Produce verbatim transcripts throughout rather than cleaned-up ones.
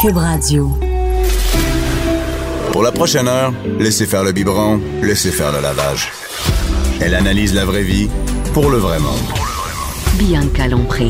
Cube Radio. Pour la prochaine heure, laissez faire le biberon, laissez faire le lavage. Elle analyse la vraie vie pour le vrai monde. Bianca Lompré.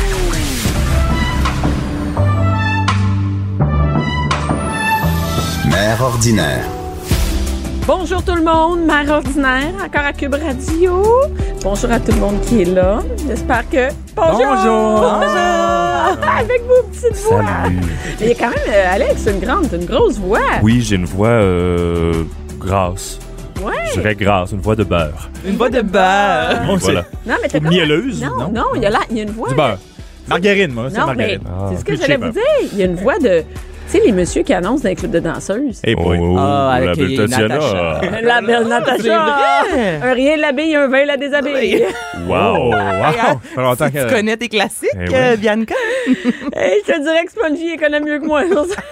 Mère ordinaire. Bonjour tout le monde, Mère ordinaire, encore à Cube Radio. Bonjour à tout le monde qui est là. J'espère que... Bonjour! Bonjour! Bonjour! Avec vos petites voix. Salut. Il y a quand même, euh, Alex, une grande, une grosse voix. Oui, j'ai une voix euh, grasse. Ouais. Je dirais grasse, une voix de beurre. Une voix de beurre. Bon, voilà. Non, mais t'as Ou comme... mielleuse, Non, non? non, il y a là, il y a une voix... Du beurre. Margarine, moi, c'est Non, mais margarine. Ah, c'est ce que plus j'allais cheap, vous hein. dire. Il y a une voix de... Tu sais, les messieurs qui annoncent dans les clubs de danseuses. Eh boy. Oh, la avec belle Tatiana. Natacha. La belle Natacha. Un rien l'habille, un vin la déshabille. Wow! Wow! Ça fait longtemps Tu que... connais tes classiques, Eh oui. euh, Bianca? Hey, je te dirais que Spongy elle connaît mieux que moi.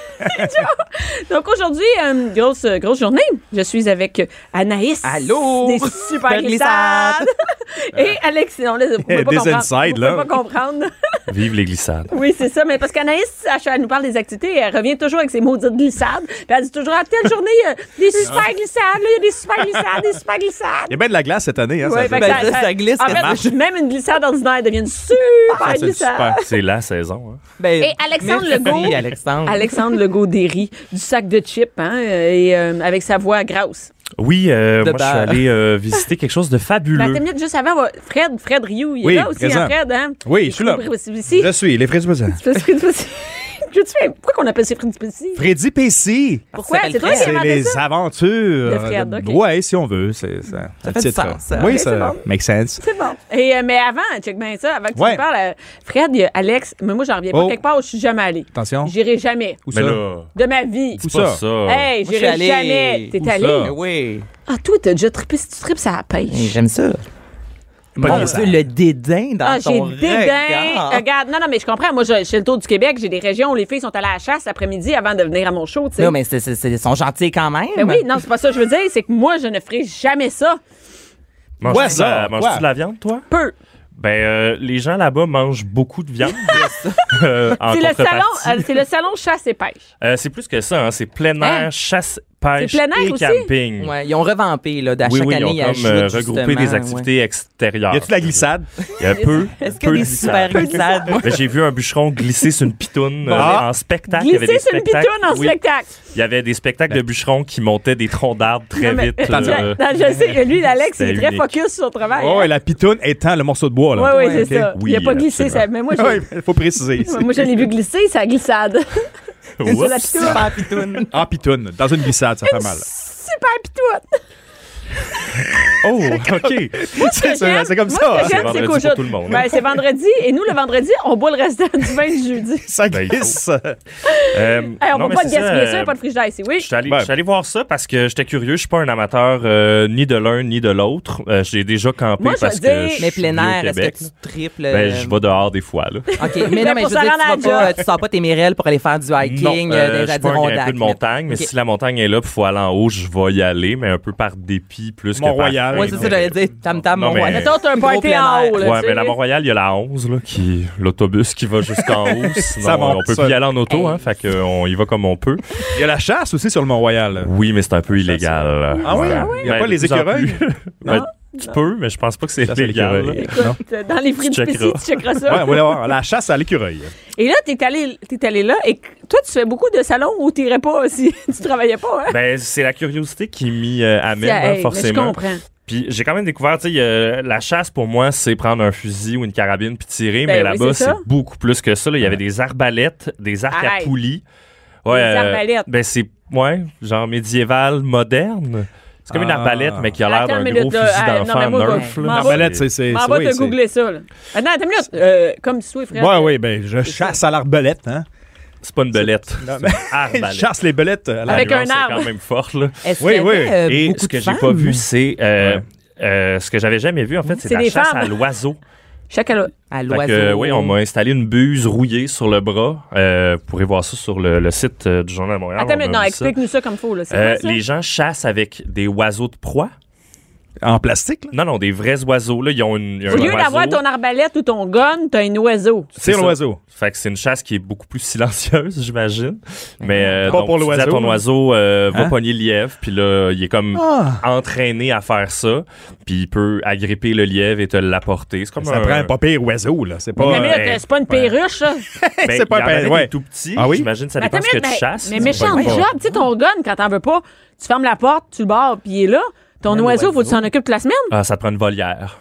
Donc aujourd'hui, euh, grosse, grosse journée. Je suis avec Anaïs. Allô? Des super Super glissades. Et Alexis. On ne peut pas Des comprendre. insides, On là. peut pas comprendre. Vive les glissades. Oui, c'est ça. Mais parce qu'Anaïs, elle, elle nous parle des activités. Elle revient toujours avec ses maudites glissades. Puis elle dit toujours, à telle journée, il y a des super glissades. Là, il y a des super glissades, des super glissades. Il y a bien de la glace cette année, hein? Ouais, ça fait fait- que Ben, ça- ça glisse, En ça fait, marche. même une glissade ordinaire devient une super Ah, c'est glissade. super. C'est la saison, hein? Ben, Et Alexandre merci, Legault. Alexandre. Alexandre Legault Derry, du sac de chips, hein, euh, et euh, avec sa voix grasse. Oui, euh, De moi, je suis beurre. allé euh, visiter quelque chose de Ben, fabuleux. attends une minute, juste avant, on va- Fred, Fred Rioux, il est Oui, là aussi, présent. hein, Fred, hein? Oui, je suis là. Ici. Je suis, les Freddy Pessi. Je sais, pourquoi qu'on appelle ça Fred Pessi? Freddy Pessi. Pourquoi? Ça C'est s'appelle toi qui as C'est inventé les ça? aventures. De Fred, ok. Ouais, si on veut. C'est, ça, Ça fait du sens, ça. Oui, Ok, ça c'est bon. make sense. C'est bon. Et, euh, mais avant, check bien ça, avant que tu Ouais. me parles, euh, Fred, il y a Alex, mais moi, j'en reviens pas. Oh. Quelque part où je suis jamais allée. Attention. J'irai jamais. Où Ben ça? Mais là, De ma vie. dis Où pas ça? ça. Hey, Moi, je suis j'irai allée. jamais. T'es Où allé? ça? Ben oui. Ah, toi, t'as déjà trippé, si tu tripes, ça la pêche. J'aime ça. Pas de Mon glissade. Dieu, le dédain dans Ah, j'ai ton dédain. regard. Regarde, non, non, mais je comprends. Moi, je, chez le Tour du Québec, j'ai des régions où les filles sont allées à la chasse l'après-midi avant de venir à mon show, tu sais. Non, mais c'est, c'est, c'est- ils sont gentils quand même. Ben oui, non, c'est pas ça que je veux dire. C'est que moi, je ne ferai jamais ça. Manges-tu Ouais, de ça, la- manges-tu ouais. de la viande, toi? Peu. Ben, euh, les gens là-bas mangent beaucoup de viande. euh, en C'est le, salon, contrepartie. euh, c'est le salon chasse et pêche. Euh, c'est plus que ça, hein. C'est plein air, Hein? chasse, pêche C'est plein air et aussi? camping. Ouais, ils ont revampé, là, d'à Oui, chaque oui, année, ils il y ont a comme euh, ajoute, regroupé des justement, activités extérieures. Y a-tu de la glissade? Il y a peu. ouais. Est-ce qu'il peu y a de des super glissade. glissades? Ben, j'ai vu un bûcheron glisser sur une pitoune euh, Ah. en spectacle. Il y avait Glisser des sur une spectacles- pitoune en oui, spectacle. Il y avait des spectacles de bûcherons qui montaient des troncs d'arbres très Non, mais- vite. euh, euh, non, je sais que lui, Alex, il est c'était très unique. focus sur son travail. Oh, hein. et la pitoune étant le morceau de bois, là. Oui, oui, Ouais, c'est ok. ça. Oui, il a pas glissé, absolument. ça. Mais moi, je, Oui, il faut préciser ici. moi, je l'ai vu glisser, ça glissade. Oups. Sur la pitoune. Super pitoune. En pitoune, dans une glissade, ça fait mal. Super pitoune. Oh, OK. C'est ça, c'est comme Moi, ça. ce que C'est j'aime, vendredi c'est pour qu'aujourd'hui. tout le monde. Ben, c'est vendredi. Et nous, le vendredi, on boit le restant du vin du jeudi. Ça Ben, glisse. Euh, Hey, on non, va mais pas c'est te gaspiller ça, euh, pas de frigidaire ici. Oui. Je suis allé, Ben. je suis allé voir ça parce que j'étais curieux. Je suis pas un amateur euh, ni de l'un ni de l'autre. Euh, j'ai déjà campé Moi, je parce veux que dire- je suis Mais plein vieux au air, est-ce Québec, que là. tu triples? Ben, je vais dehors des fois, là. OK, mais non, mais je pour veux dire, se rendre à tu, la vas pas, job. tu sors pas tes mirelles pour aller faire du hiking, non, euh, euh, des je suis pas un Adirondacks. grimpeux de montagne, mais OK. si la montagne est là puis faut aller en haut, je vais y aller, mais un peu par dépit plus que par... Mont-Royal. Ouais, c'est ça, j'allais dire. Tam Tam, Non, mon mais- roi. Mettons, t'as un Gros party plein en air. haut. Là, Ouais, tu mais sais. la Mont-Royal, il y a la onze, là, qui l'autobus qui va jusqu'en haut. Sinon, Ça monte, on peut ça. plus y aller en auto, Hey. hein, fait qu'on y va comme on peut. Il y a la chasse aussi sur le Mont-Royal. Oui, mais c'est un peu illégal. Ah oui? Voilà. Il y a Ben, pas de les plus en écureuils? plus. Ben, tu peux, mais je pense pas que c'est Chasse à légal. l'écureuil. là. Écoute, dans les frites Tu spécifiques, checkeras. tu checkeras ça. Ouais, on va voir. La chasse à l'écureuil. Et là, t'es allé, t'es allé là. Et toi, tu fais beaucoup de salons où t'irais pas si tu travaillais pas. Hein? Ben, c'est la curiosité qui m'y euh, amène, Hey, hein, mais je forcément. comprends. Puis j'ai quand même découvert, tu sais, euh, la chasse pour moi, c'est prendre un fusil ou une carabine puis tirer, Ben mais oui, là-bas, c'est c'est ça. beaucoup plus que ça. là. Il y avait des arbalètes, des arcs Arrête. à poulies. Ouais, Des euh, arbalètes. Ben c'est, ouais, genre médiéval, moderne. C'est comme une Ah. arbalète, mais qui a l'air Attends d'un une gros minute, là. fusil Ah, non, d'enfant mais moi, Nerf. je- là. m'en va- L'arbalète, c'est. c'est- On c'est- va oui, te c'est- googler ça. Là. Attends, attends une minute. Euh, comme souhait, frère. Ouais, oui, ben, je chasse à l'arbalète, hein. C'est pas une belette. Non, C'est mais- une Je arbalète. chasse les belettes à la- Avec La un nuance est arbre. quand même forte, là. Est-ce Oui, qu'il y oui. avait, euh, Et beaucoup ce que de j'ai pas femmes? vu, c'est euh, Ouais. euh, ce que j'avais jamais vu, en fait, c'est C'est la des chasse femmes. à l'oiseau. Chacun. À Fait l'oiseau. que, euh, oui, on m'a installé une buse rouillée sur le bras. Euh, vous pourrez voir ça sur le, le site euh, du Journal de Montréal. Attends, On a mais non, mis ça. explique-nous ça comme faut. Là. C'est Euh, quoi, ça? les gens chassent avec des oiseaux de proie. En plastique, là? Non, non, des vrais oiseaux. Là, ils ont une, Au lieu d'avoir ton arbalète ou ton gun, t'as un oiseau. C'est l'oiseau. Fait que c'est une chasse qui est beaucoup plus silencieuse, j'imagine. Mais euh, Pas donc, pour tu dis à l'oiseau, ton là. oiseau, euh, va Hein? pogner le lièvre, puis là, il est comme Ah. entraîné à faire ça, puis il peut agripper le lièvre et te l'apporter. C'est comme Ça un... prend un pas pire oiseau, là. C'est pas. Mais, mais là, ouais. c'est pas une perruche, ça. Ben, c'est pas il y en un avait pa- ouais. des tout petits. Ah oui? J'imagine que ça Mais dépend attends ce que une minute, tu chasses. Mais, mais C'est méchant pas- job. Tu sais, ton gun, quand t'en veux pas, tu fermes la porte, tu le barres, puis il est là. Ton Même oiseau, faut que tu oiseau. t'en occupes toute la semaine. Ah, ça te prend une volière.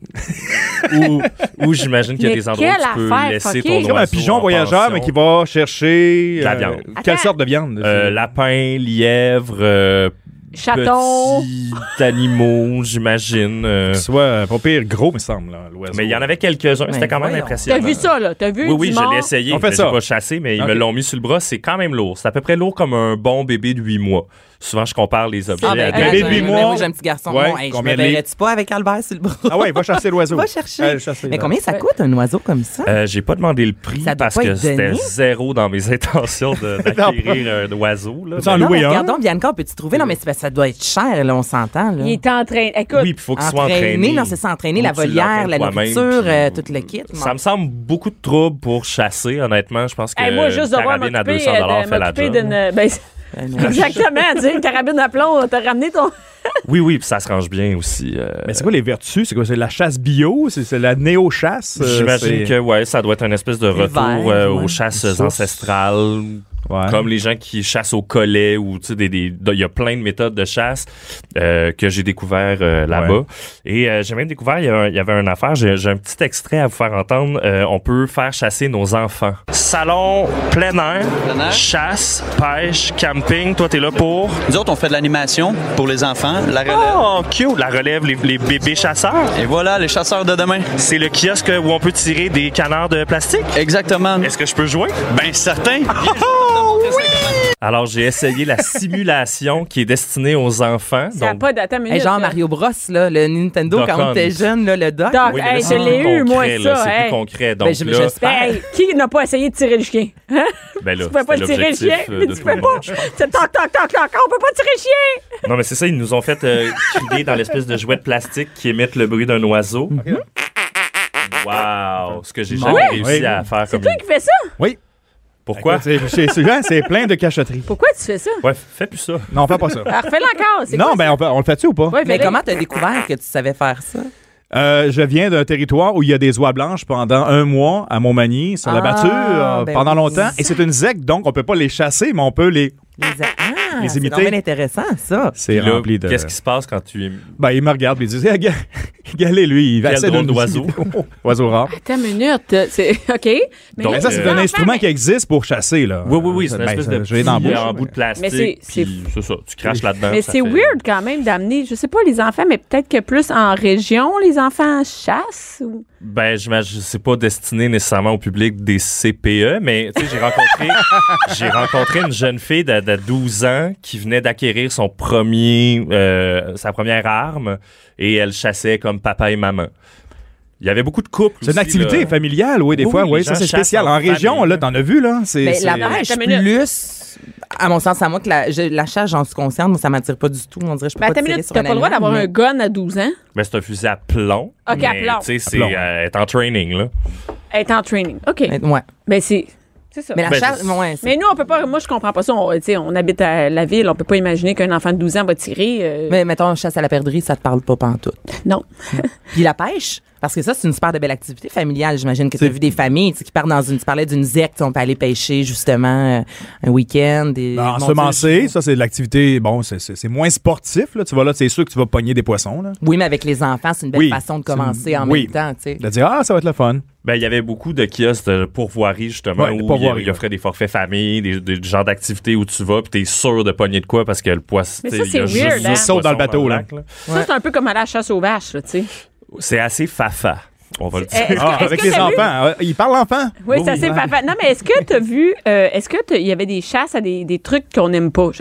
ou ou j'imagine qu'il y a Mais des endroits où tu quelle peux affaire laisser fuckée. ton C'est oiseau comme un pigeon en voyageur, pension. mais qui va chercher. De la euh, viande. Quelle Attends. sorte de viande? Euh, lapin, lièvre, euh, Chaton. petits animaux, j'imagine. euh. Soit euh, pas pire gros, me semble, là, l'oiseau. Mais il y en avait quelques-uns. C'était quand même voyons. impressionnant. T'as vu ça, là? T'as vu Oui, oui, du je mort? l'ai essayé. On fait mais ça. j'ai pas chassé, mais ils Ok. me l'ont mis sur le bras. C'est quand même lourd. C'est à peu près lourd comme un bon bébé de huit mois. Souvent, je compare les objets. Ah, à ben, des- bébé bébé de de huit mois. Oui, j'ai un petit garçon. Ouais, Bon, hey, je combien me de livres? verrais-tu pas avec Albert sur le bras? Ah ouais, va chasser l'oiseau. Va chercher. Allez, chasser, Mais là. combien ça coûte, un oiseau comme ça? Euh, j'ai pas demandé le prix Ça doit parce pas que être c'était donné. zéro dans mes intentions de- d'acquérir un oiseau. Là. Peux-tu en Mais- non, louer mais un? regardons, Bianca, peux-tu trouver? Non, mais c'est parce que ça doit être cher, là, on s'entend. Là. Il est en train. Écoute, Oui, puis il faut qu'il soit entraîné. Non, c'est ça, entraîner, Ou la tu volière, la l'entraînes toi-même, nourriture, puis- euh, tout le kit. Ça me semble beaucoup de trouble pour chasser, honnêtement. Je pense que hey, moi, juste une devoir carabine à m'occuper deux cents dollars euh, fait de, la m'occuper job. d'une. Ben, c'est- Euh, non. exactement, tu sais, une carabine à plomb, t'as ramené ton. Oui, oui, puis ça se range bien aussi. euh, Mais c'est quoi les vertus? C'est quoi? C'est la chasse bio? C'est c'est la néo-chasse? euh, J'imagine c'est- que ouais, ça doit être une espèce de retour L'hiver, euh, ouais. aux chasses Une source. ancestrales. Ouais. Comme les gens qui chassent au collet ou tu sais des des il y a plein de méthodes de chasse euh, que j'ai découvert euh, là-bas Ouais. et euh, j'ai même découvert il y, a un- il y avait une affaire j'ai, j'ai un petit extrait à vous faire entendre. Euh, on peut faire chasser nos enfants. Salon plein air, Plein air. chasse, pêche, camping. Toi t'es là pour Nous autres, on fait de l'animation pour les enfants, la relève. oh cute la relève les, les bébés chasseurs. Et voilà, les chasseurs de demain. C'est le kiosque où on peut tirer des canards de plastique. Exactement. Est-ce que je peux jouer? Ben certain. Alors, j'ai essayé la simulation qui est destinée aux enfants. Ça n'a Donc, pas d'attends une minute. Hey, genre là. Mario Bros, là, le Nintendo, Doc quand on Hunt. était jeune, là, le doc. Doc, oui, mais là, hey, c'est je plus l'ai eu, moi, concret, là. ça. C'est hey. plus concret. Donc Ben, je- là, j'espère. Ben, hey, qui n'a pas essayé de tirer le chien? Hein? ben là, Tu peux pas c'était le tirer le chien? l'objectif, euh, de Tu tout le peux pas. monde, je pense. C'est toc, toc, toc, toc. On peut pas tirer le chien! Non, mais c'est ça, ils nous ont fait euh, crier dans l'espèce de jouet de plastique qui émettent le bruit d'un oiseau. Wow! Ce que j'ai jamais Oui. réussi Oui. à faire C'est comme... toi qui fais ça? Oui. Pourquoi? C'est c'est- c'est- hein, c'est plein de cachotteries. Pourquoi tu fais ça? Ouais, fais plus ça. Non, on fait pas ça. Alors, refais-le encore. C'est Non, quoi, ben on, peut- on le fait-tu ou pas? ça? Ouais, Mais fais-le. comment t'as découvert que tu savais faire ça? Euh, je viens d'un territoire où il y a des oies blanches pendant un mois à Montmagny, sur la Ah, Bature, euh, ben pendant oui. longtemps. Et c'est une zec, donc on peut pas les chasser, mais on peut les... Les, ah, Les c'est imiter. vraiment intéressant, ça. C'est Puis là, rempli de... Qu'est-ce qui se passe quand tu... Ben, il me regarde et il dit, hey, Galé, lui, il va Quel essayer drôle de nous d'oiseau. imiter. Oiseau rare. Attends une minute. C'est OK. Mais Donc, Mais ça, c'est euh, un les instrument enfants, qui existe pour chasser, là. Oui, oui, oui, c'est une Ben, espèce ça, de je l'ai dans la petit bouche. en bout de Mais plastique. c'est- c'est- puis c'est ça, tu craches là-dedans. Mais ça c'est fait- weird quand même d'amener, je sais pas les enfants, mais peut-être que plus en région, les enfants chassent. Ou... Ben, j'imagine, c'est pas destiné nécessairement au public des C P E, mais tu sais, j'ai rencontré, j'ai rencontré une jeune fille de, de douze ans qui venait d'acquérir son premier, euh, sa première arme et elle chassait comme papa et maman. Il y avait beaucoup de couples. C'est une aussi, activité là. familiale, oui, des Oui, fois. oui, Oui, les ça, gens c'est spécial. chassent En en région, famille. là, t'en as vu, là. C'est, Mais c'est- la pêche, Attends une minute. plus, à mon sens, à moi, que la, je- la chasse, j'en suis consciente, moi, ça m'attire pas du tout. On dirait que je peux Ben, pas attends une tirer minute, sur t'as un pas le droit animal, d'avoir un mais- gun à douze ans. Ben, c'est un fusil à plomb. OK, à mais, plomb. Tu sais, c'est plomb. euh, être en training, là. Être en training. OK. Mais, ouais. Ben, c'est. C'est ça. Mais la Ben, chasse, c'est- ouais, c'est- Mais nous, on peut pas. Moi, je comprends pas ça. On, tu sais, on habite à la ville. On peut pas imaginer qu'un enfant de douze ans va tirer. euh, mais mettons, chasse à la perdrix, ça te parle pas pantoute. Non. Puis la pêche, parce que ça, c'est une super de belle activité familiale. J'imagine que tu as C'est- vu des familles tu sais, qui partent dans une. Tu parlais d'une zec, tu sais, on peut aller pêcher justement euh, un week-end. Des, En mon Dieu, semencer, je- ça, c'est de l'activité. Bon, c'est, c'est, c'est moins sportif, là. Tu vas là, c'est sûr que tu vas pogner des poissons, là. Oui, mais avec les enfants, c'est une belle Oui, façon de c'est une- commencer en oui. même temps, tu sais. De dire, ah, ça va être le fun. Ben, il y avait beaucoup de kiosques de pourvoirie, justement, Ouais, de où pourvoirie, il, il offrait des forfaits famille, des, des genres d'activités où tu vas, puis t'es sûr de pogner de quoi parce que le poisson. Mais tu ça, sais, il y a c'est juste weird, du hein? Ils sautent dans le poisson bateau, là. lac, Ça, c'est un peu comme aller à la chasse aux vaches, là, tu sais. C'est assez fafa, on va le dire. Eh, est-ce que- Ah, est-ce avec que les t'as vu- enfants. Ah, il parle l'enfant. Oui, Oui, c'est oui. assez fafa. Non, mais est-ce que tu as vu, euh, est-ce que t'as- il y avait des chasses à des, des trucs qu'on n'aime pas, genre?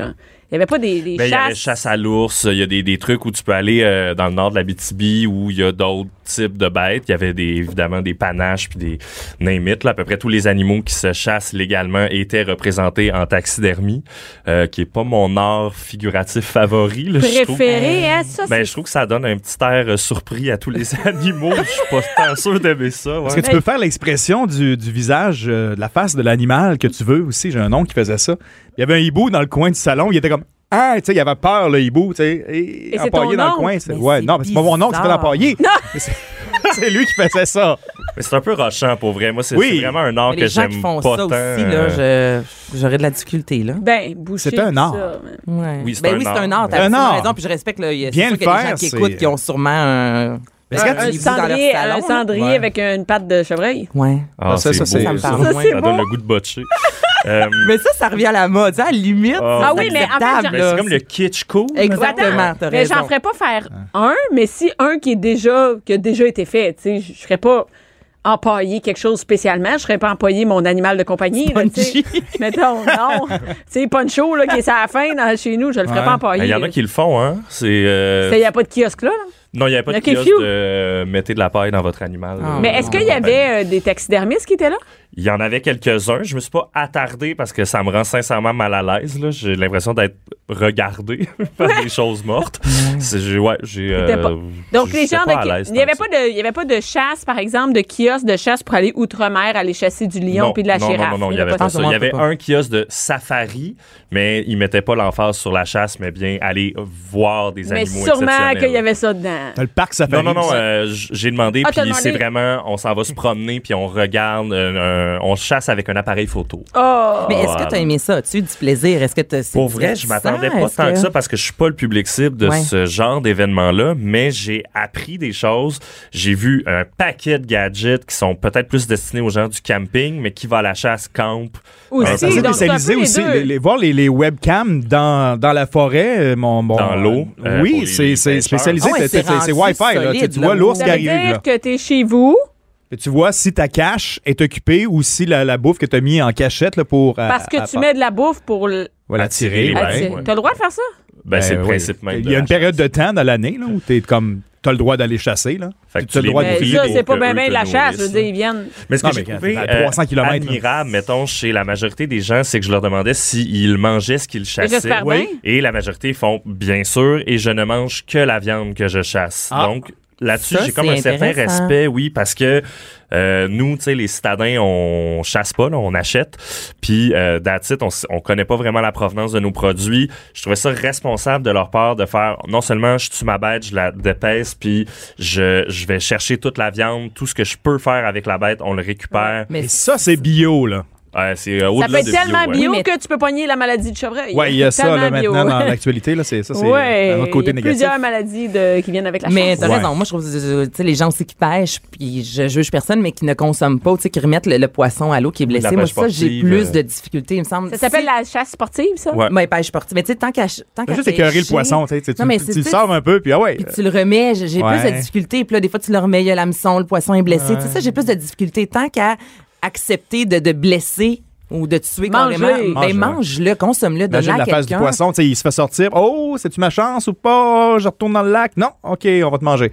Il n'y avait pas des, des Ben, il y avait chasses. chasse à l'ours, il y a des, des trucs où tu peux aller euh, dans le nord de l'Abitibi où il y a d'autres types de bêtes. Il y avait des, évidemment des panaches puis des name it, là. À peu près tous les animaux qui se chassent légalement étaient représentés en taxidermie, euh, qui est pas mon art figuratif favori. Là, je trouve. Préféré, hein, ça, Ben, c'est... je trouve que ça donne un petit air euh, surpris à tous les animaux. Je suis pas tant sûr d'aimer ça. Ouais. Est-ce que tu peux faire l'expression du, du visage, euh, de la face de l'animal que tu veux aussi? J'ai un oncle qui faisait ça. Il y avait un hibou dans le coin du salon. Il était comme... Ah, tu sais, il avait peur, le hibou, tu sais. Et, Et c'est empaillé ton dans le oncle? coin. C'est- Mais ouais, c'est non, mais c'est pas mon oncle qui fait bizarre. l'empailler. Mais C'est c'est lui qui faisait ça. Mais c'est un peu rochant pour vrai. Moi, c'est Oui. c'est vraiment un art Mais que les gens j'aime qui font pas ça tant. aussi, là, euh, je- j'aurais de la difficulté, là. Ben, boucher. C'est un tout art. ça, mais- Ouais. Oui, c'est ben un oui, c'est art. un art. Un T'as absolument art. raison, puis je respecte, là, il y a- c'est Bien sûr le qu'il y a des faire, gens qui c'est- écoutent qui ont sûrement un... Est-ce Un, que un tu- dans leur cendrier, salon, un là. cendrier Ouais. avec une patte de chevreuil. Ouais. Ah, Ah, ça, c'est ça, beau, c'est- ça me parle Ça, moins. c'est Ça beau. donne le goût de botcher. Euh, Mais ça, ça revient à la mode. À la limite, Ah oui, mais en fait, acceptable, j'en- ben, là. c'est comme le kitsch cool. Exactement, t'as Mais raison. j'en ferais pas faire un, mais si un qui est déjà qui a déjà été fait, tu sais, je je ferais pas empailler quelque chose spécialement, je ferais pas empailler mon animal de compagnie, là, tu sais. Spongy. Mettons, non. Tu sais, Poncho, là, qui est à la fin dans, chez nous, je le ferais Ouais. pas empailler. Il y en a là. qui le font, hein. C'est. euh, Il n'y a pas de kiosque là. là. Non, il n'y avait pas de Il y a kiosque que few. de euh, mettez de la paille dans votre animal. Ah. euh, Mais est-ce qu'il y avait euh, des taxidermistes qui étaient là? Il y en avait quelques-uns. Je me suis pas attardé parce que ça me rend sincèrement mal à l'aise. Là. J'ai l'impression d'être regardé par des choses mortes. C'est, j'ai, ouais, j'ai. euh, C'était pas- Donc, je- les j'étais gens pas à de. l'aise Il n'y avait, tant que pas de- il y avait pas de chasse, par exemple, de kiosque de chasse pour aller outre-mer, aller chasser du lion Non, puis de la non, girafe. Non, non, non, il n'y avait pas pas ça. ça. Il y avait Pas. un kiosque de safari, mais il mettait pas l'emphase sur la chasse, mais bien aller voir des Mais animaux sûrement exceptionnels. qu'il y avait ça dedans. T'as le parc Non, safari. non, non, aussi. euh, j- j'ai demandé, Ah, t'as puis demandé? c'est vraiment, on s'en va se promener, puis on regarde, euh, un- on chasse avec un appareil photo. Oh! Mais est-ce Voilà. que tu as aimé ça? As-tu eu du plaisir? Est-ce que tu Pour vrai, je m'attendais pas Est-ce tant que... que ça parce que je suis pas le public cible de Ouais. ce genre d'événement-là, mais j'ai appris des choses. J'ai vu un paquet de gadgets qui sont peut-être plus destinés aux gens du camping, mais qui va à la chasse, camp. Aussi, Euh, C'est donc, c'est un spécialisé peu les aussi. deux. Les, les- voir les, les webcams dans, dans la forêt, euh, mon, mon- Dans l'eau, euh, pour oui, les- c'est les c'est pêcheurs. spécialisé. Ah ouais, C'est- c'est c'est c'est rendu Wi-Fi. Là. Tu, sais, solide, tu vois là. l'ours Ça qui veut arrive. dire Là. que t'es chez vous Et tu vois si ta cache est occupée ou si la, la bouffe que tu as mis en cachette là, pour. euh, parce que à- tu à- mets de la bouffe pour le. Voilà, attirer tirer. les ouais. bêtes. Ah, ouais. T'as le droit de faire ça? Ben, c'est le oui. principe même. Il de y a la une période chasse. de temps dans l'année là, où tu comme t'as le droit d'aller chasser. Là. Fait que Tu as tu le droit les de Mais nourris griller. ça, pour c'est pas que bien eux bien te de la chasse. Je veux nourrissent. dire, ils viennent. Mais ce que Non, j'ai mais trouvé à euh, trois cents kilomètres, là. admirable, mettons, chez la majorité des gens, c'est que je leur demandais s'ils mangeaient ce qu'ils chassaient. j'espère bien. Et la majorité font bien sûr, et je ne mange que la viande que je chasse. Ah. Donc, là-dessus, Ça, j'ai comme c'est un certain intéressant. respect, oui, parce que euh, nous, tu sais, les citadins, on chasse pas, là, on achète. Puis, euh, that's it, on, s- on connaît pas vraiment la provenance de nos produits. Je trouvais ça responsable de leur part de faire, non seulement je tue ma bête, je la dépaisse, puis je, je vais chercher toute la viande, tout ce que je peux faire avec la bête, on le récupère. Mais Et ça, c'est bio. Là. Ouais, c'est euh, Ça au-delà peut être de tellement bio, ouais. bio Oui, mais- que tu peux pogner la maladie de chevreuil. Oui, il y a ça là, Tellement bio. maintenant dans l'actualité. Là, c'est, ça, c'est Ouais, un autre côté il y a négatif. plusieurs maladies de, qui viennent avec la Mais chasse. t'as Ouais. raison. Moi, je trouve euh, tu sais, les gens aussi qui pêchent, puis je juge personne, mais qui ne consomment pas, tu sais, qui remettent le, le poisson à l'eau qui est blessé. la Moi, pêche ça, j'ai sportive, plus euh. de difficultés, il me semble. Ça s'appelle la chasse sportive, ça? Ouais. Ouais, pêche sportive. Mais tu sais, tant qu'à tant qu'à Juste écœurer le pêcher, poisson. Tu, sais, tu, Non, mais tu, c'est- tu le c'est- sors un peu, puis ah ouais. Puis tu le remets, j'ai j'ai Ouais. plus de difficultés. Puis là, des fois, tu le remets, il y a l'hameçon, le poisson est blessé. Ouais. Tu sais, ça, j'ai plus de difficultés. Tant qu'à accepter de, de blesser ou de tuer Mange-le. carrément, Mange-le. ben mange-le, consomme-le, donne-le Imagine à la face du quelqu'un. poisson, tu sais, il se fait sortir. Oh, c'est-tu ma chance ou pas? Je retourne dans le lac. Non, OK, on va te manger.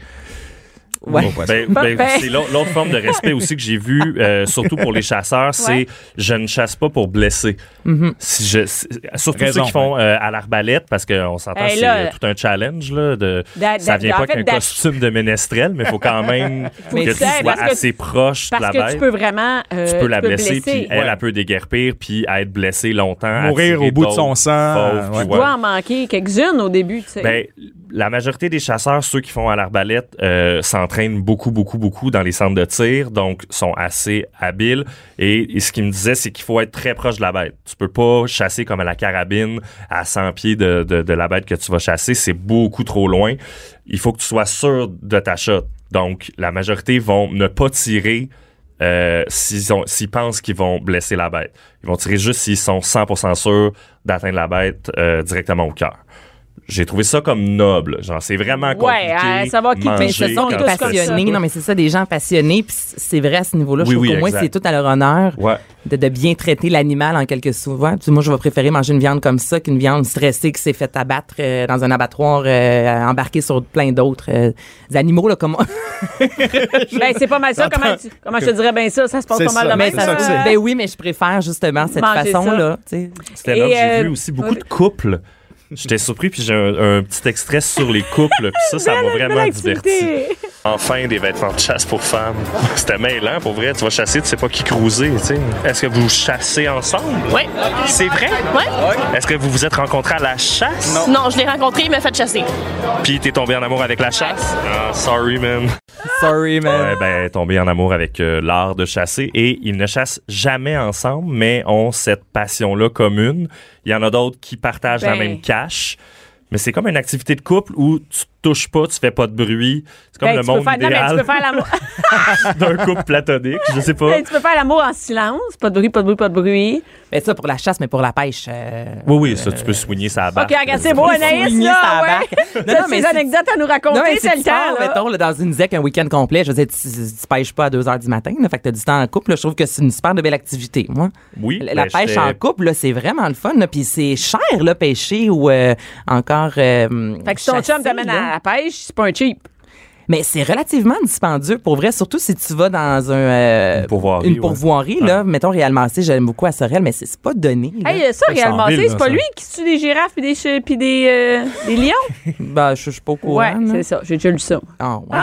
Ouais. Bon poisson. Ben, ben, Ben. c'est l'autre l'autre forme de respect aussi que j'ai vu, euh, surtout pour les chasseurs, c'est Ouais. je ne chasse pas pour blesser. Mm-hmm. Si je, si- surtout Raison, ceux qui font euh, à l'arbalète, parce qu'on s'entend, Hey, c'est là, euh, tout un challenge. Là, de, Da- ça da- vient en pas fait, qu'un da- costume de ménestrel, mais il faut quand même Mais que tu tu sais, sois parce que- assez proche de Parce la que bête. tu peux vraiment. euh, Tu peux la peux blesser, puis elle, Ouais. elle peut déguerpir, puis être blessée longtemps. Mourir attirer au bout de son d'autres sang, fauves, euh, puis ouais. Tu ouais. dois en manquer quelques-unes au début, tu sais. Ben, la majorité des chasseurs, ceux qui font à l'arbalète, euh, s'entraînent beaucoup, beaucoup, beaucoup dans les centres de tir, donc sont assez habiles. Et, et ce qu'il me disait, c'est qu'il faut être très proche de la bête. Tu peux pas chasser comme à la carabine à cent pieds de, de, de la bête que tu vas chasser. C'est beaucoup trop loin. Il faut que tu sois sûr de ta shot. Donc, la majorité vont ne pas tirer euh, s'ils, ont, s'ils pensent qu'ils vont blesser la bête. Ils vont tirer juste s'ils sont cent pour cent sûrs d'atteindre la bête euh, directement au cœur. j'ai trouvé ça comme noble. Genre, c'est vraiment compliqué. Ouais, euh, savoir qui manger Mais ce sont des quand- passionnés. Non, mais c'est ça, des gens passionnés. Puis c'est vrai à ce niveau-là. Je Oui, trouve oui, qu'au moins, exact. c'est tout à leur honneur Ouais. de, de bien traiter l'animal en quelque souvent. Puis moi, je vais préférer manger une viande comme ça qu'une viande stressée qui s'est fait abattre euh, dans un abattoir, euh, embarquée sur plein d'autres euh, animaux. Là, comme... Ben, c'est pas mal ça. Comment, tu- comment je te dirais bien ça? Ça se passe C'est pas mal ça, de mais même. c'est ça que c'est. Ben oui, mais je préfère justement cette Manger façon-là. tu sais. C'était Et, là que j'ai euh, vu aussi beaucoup ouais. de couples. J'étais surpris, puis j'ai un, un petit extrait sur les couples, puis ça, ça m'a Belle vraiment diverti. activité. Enfin, des vêtements de chasse pour femmes. C'était mêlant, pour vrai. Tu vas chasser, tu sais pas qui cruiser, tu sais. Est-ce que vous chassez ensemble? Oui. C'est vrai? Ouais. Est-ce que vous vous êtes rencontrés à la chasse? Non, je l'ai rencontré, il m'a fait chasser. Puis t'es tombé en amour avec la chasse? Ah, sorry, man. Sorry, man. Ouais, ben, tombé en amour avec euh, l'art de chasser. Et ils ne chassent jamais ensemble, mais ont cette passion-là commune. Il y en a d'autres qui partagent la Ben. même cache. Mais c'est comme une activité de couple où tu te touches pas, tu fais pas de bruit. C'est comme Ben, le tu peux monde faire- non, mais tu idéal peux faire l'amour. d'un couple platonique. Je sais pas. Ben, tu peux faire l'amour en silence. Pas de bruit, pas de bruit, pas de bruit. Ben ça pour la chasse, mais pour la pêche. euh, Oui, oui, ça, tu peux soigner sa barque. OK, regarde, c'est beau, Anaïs, Souligner là. sa Ouais. barque. Non, T'as non, mais des c'est- anecdotes à nous raconter, Non, mais c'est si le tu pars, temps, là. mettons, là, dans une zec un week-end complet, je veux dire, tu, tu pêches pas à deux heures du matin, là, fait que t'as du temps en couple, là, je trouve que c'est une super de belle activité, moi. Oui, La, la ben, pêche j'étais- en couple, là, c'est vraiment le fun, là, puis c'est cher, là, pêcher ou euh, encore euh, Fait que si ton chasser, chum t'amène là. à la pêche, c'est pas un cheap. Mais c'est relativement dispendieux, pour vrai, surtout si tu vas dans un, euh, Une pourvoirie, une ouais. pourvoirie, là, mettons Réal Massé, j'aime beaucoup à Sorel, mais c'est c'est pas donné. là. Hey, ça, c'est Réal en Massé, ville, c'est là, pas ça. lui qui tue des girafes puis des, ch- puis des, euh, des lions? Ben, je je suis pas au courant. Ouais, là. c'est ça. J'ai déjà lu ça. Ah, ouais.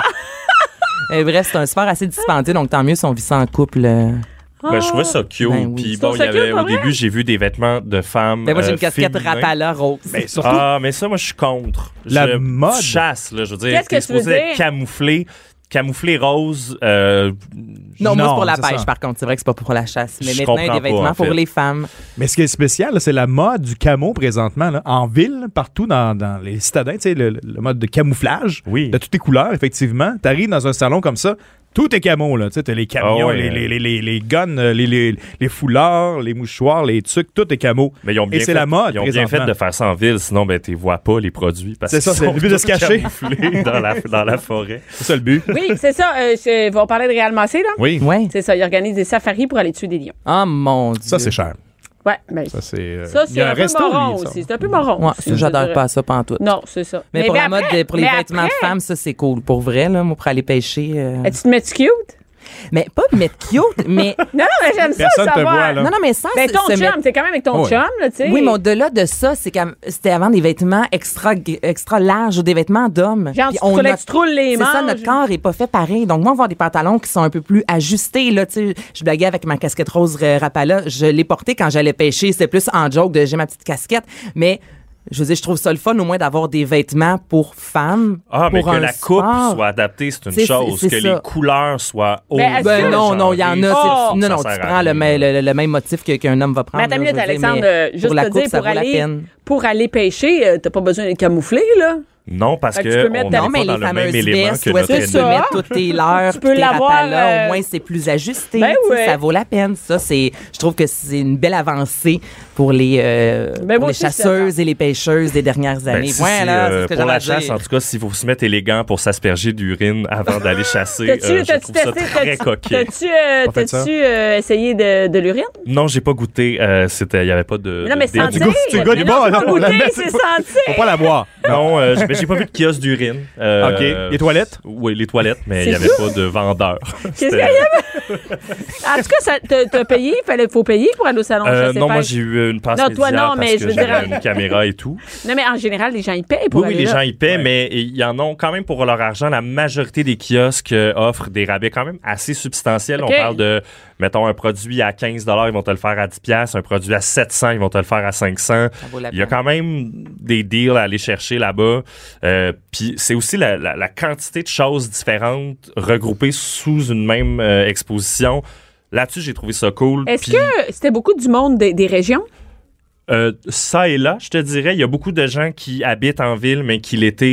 Mais bref, c'est un sport assez dispendieux, donc tant mieux si on vit ça en couple. euh. Ben, je trouvais ça cute. Ben oui. Puis Tu bon, trouves il y ça cute, avait, pas au vrai? début, j'ai vu des vêtements de femmes. Ben moi, j'ai euh, une casquette féminins. Rapala rose. Mais surtout, Ah, mais ça, moi, je suis contre. La je mode. chasse, là. Je veux dire, Qu'est-ce que t'es tu veux supposé être dire? camouflé. Camouflé rose. Euh, non, moi, Non, c'est pour la c'est pêche, ça. par contre. C'est vrai que c'est pas pour la chasse. Mais Je maintenant, il y a comprends des vêtements pas, en pour fait. les femmes. mais ce qui est spécial, là, c'est la mode du camo présentement, là, en ville, partout dans, dans les citadins, tu sais, le, le mode de camouflage Oui. de toutes les couleurs, effectivement. T'arrives dans un salon comme ça, tout est camo, là. Tu sais, t'as les camions, Ah ouais. les, les, les, les, les guns, euh, les, les, les foulards, les mouchoirs, les trucs, tout est camo. mais ils ont bien Et c'est fait, la mode, Ils ont bien présentement. fait de faire ça en ville, sinon, ben, tu vois pas les produits. parce C'est ça, qu'ils c'est sont le but de tous se cacher. camouflés dans la, dans la forêt. C'est ça le but. Oui, c'est ça. Euh, je- on parlait de Réal Massé, là. Oui. Ouais. C'est ça. Il organise des safaris pour aller tuer des lions. Oh mon Dieu. Ça, c'est cher. Ouais, ben, Ça, c'est. euh, ça, il y c'est a un, peu resto, lui, marron ça. aussi. C'est un peu marron. Ouais, aussi, ça, j'adore je dirais. pas ça pantoute. Non, c'est ça. Mais, pour la après- mode, de- pour les mais vêtements après, de femmes, ça, c'est cool. Pour vrai, là, moi, pour aller pêcher. euh, Tu te mets cute? Mais pas me mettre cute, mais. Non, non, mais j'aime ça, Personne te savoir. voit, là. Non, non, mais sans Ben, se- ton se chum, mettre- t'es quand même avec ton Ouais. chum, là, tu sais. Oui, mais au-delà de ça, c'est qu'à- c'était avant des vêtements extra, extra larges ou des vêtements d'hommes. Genre, Puis tu fallait a- que tu te roules les C'est ça, manches. notre corps est pas fait pareil. Donc, moi, avoir des pantalons qui sont un peu plus ajustés, là, tu sais, je blaguais avec ma casquette rose euh, Rapala. Je l'ai portée quand j'allais pêcher. C'était plus en joke de j'ai ma petite casquette. Mais, je veux dire, je trouve ça le fun au moins d'avoir des vêtements pour femmes. Ah, mais pour que un la coupe sport. soit adaptée, c'est une C'est- chose. c'est Que ça. les couleurs soient hautes. Ben, est-ce Ben que- non, non, il y en a. Oh! c'est- non, Ça non, tu sert à prends le, rien. même- le, le même motif que- qu'un homme va prendre. Mais attends une là, minute, je veux dire, Alexandre, mais euh, juste pour la te coupe, dire, ça pour vaut la aller, peine. pour aller pêcher, euh, t'as pas besoin d'être camouflé, là. Non, parce Fait que que, tu peux mettre on ta- n'est Non, mais pas dans les le même fameuses élément vestes que où est-ce notre que tu peux ça. mettre toutes tes leurs, Tu peux tes l'avoir, rapalas, euh, au moins c'est plus ajusté. Ben tu sais, ouais. Ça vaut la peine. Ça, c'est, je trouve que c'est une belle avancée pour les, euh, Ben pour moi les aussi, je suis chasseuses et les pêcheuses des dernières Ben, années. si voilà, c'est, c'est euh, ce que pour la j'avais à chasse, dire. en tout cas, s'il faut se mettre élégant pour s'asperger d'urine avant d'aller chasser, T'as-tu euh, je t'as-tu trouve ça testé? très T'as-tu coquet. t'as-tu, euh, Pas fait ça. t'as-tu, euh, essayé de, de l'urine? Non, j'ai pas goûté. Euh, c'était, il y avait pas de. Mais non, mais de début. sentir. goûtes- tu goûtes Mais pas, non, c'est là, pas on la goûter, met- c'est faut- sentir. Faut pas la boire. Non, euh, j'ai, ben, j'ai pas vu de kiosque d'urine. Euh, OK. Les toilettes? Oui, les toilettes, mais il C'est y avait pas de vendeur. Qu'est-ce qu'il y avait? En tout cas, ça- t'as t'as payé? Il faut payer pour aller au salon de Euh, chasse et non, moi pêche? j'ai eu une passe Non, toi, média non, mais parce je que veux dire- j'avais une caméra et tout. Non, mais en général, les gens, ils payent pour Oui, oui, aller les là. gens y paient, mais il y en ont quand même pour leur argent. La majorité des kiosques euh, offrent des rabais quand même assez substantiels. OK. On parle de, mettons, un produit à quinze dollars, ils vont te le faire à dix dollars. Un produit à sept cents, ils vont te le faire à cinq cents. Ça vaut la Il y a peine. quand même des deals à aller chercher là-bas. Euh, Puis c'est aussi la, la- la quantité de choses différentes regroupées sous une même euh, exposition. Là-dessus, j'ai trouvé ça cool. Est-ce Puis, que c'était beaucoup du monde des, des régions? euh, ça et là, je te dirais, il y a beaucoup de gens qui habitent en ville, mais qui l'été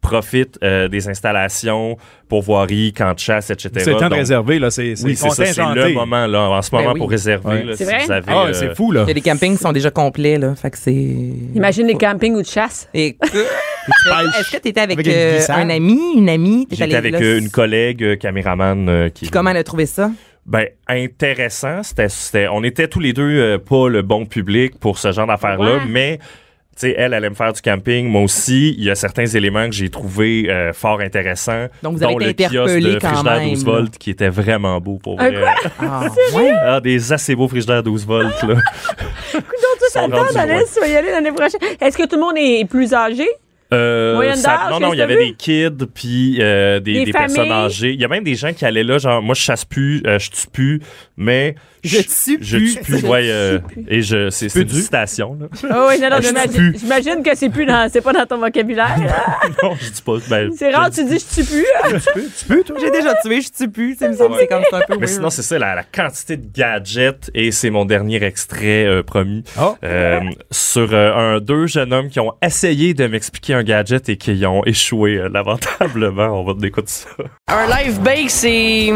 profitent euh, des installations, pourvoiries, camps de chasse, et cetera. C'est le temps Donc, de réserver, là. C'est, c'est oui, c'est ça, c'est le moment, là, en ce moment, Ben oui. pour réserver. Ouais. Là, C'est si vrai? vous avez, Ah, euh, c'est fou, là. Il y a des campings qui sont déjà complets, là. Fait que c'est. Imagine les campings ou de chasse. Et... Est-ce que tu étais avec, Avec une euh, glissade. un ami, une amie? T'es J'étais allé avec là, euh, une collègue euh, caméraman euh, qui... Puis comment elle a trouvé ça? Ben, intéressant. C'était, c'était, on était tous les deux euh, pas le bon public pour ce genre d'affaires-là, Ouais. mais... Tu sais, elle allait me faire du camping. Moi aussi, il y a certains éléments que j'ai trouvés euh, fort intéressants. Donc, vous avez dont été le kiosque interpellé de quand frigidaire même, douze là. volts qui était vraiment beau pour Un vrai. quoi? Ah, ouais. Ah, des assez beaux frigidaires douze volts, là. Donc, tout ça Sont le temps, rendus loin. Anaïs, tu vas y aller l'année prochaine. Est-ce que tout le monde est plus âgé? Euh, Moyenne ça- d'âge, non, non, qu'est-ce il y que avait t'as vu? des kids puis euh, des, Des des personnes familles? âgées. Il y a même des gens qui allaient là, genre, moi, je chasse plus, euh, je tue plus, mais... Je tue Je plus. tue plus, Je ouais. tue euh, plus. et je, c'est, c'est une Peux-tu? citation, là. Ah oui, non, non, Je j'imagine, tue plus. j'imagine que c'est plus dans, c'est pas dans ton vocabulaire. non, je dis pas. Ben, C'est rare, je tu dis je tue plus. Tu peux, tu peux, toi? J'ai déjà tué, je tue plus. Ça me semble c'est comme ça un peu Mais weird. sinon, c'est ça, la, la quantité de gadgets, et c'est mon dernier extrait euh, promis, Oh. euh, sur euh, un, deux jeunes hommes qui ont essayé de m'expliquer un gadget et qui ont échoué euh, lamentablement. On va écouter ça. Un live bake, c'est.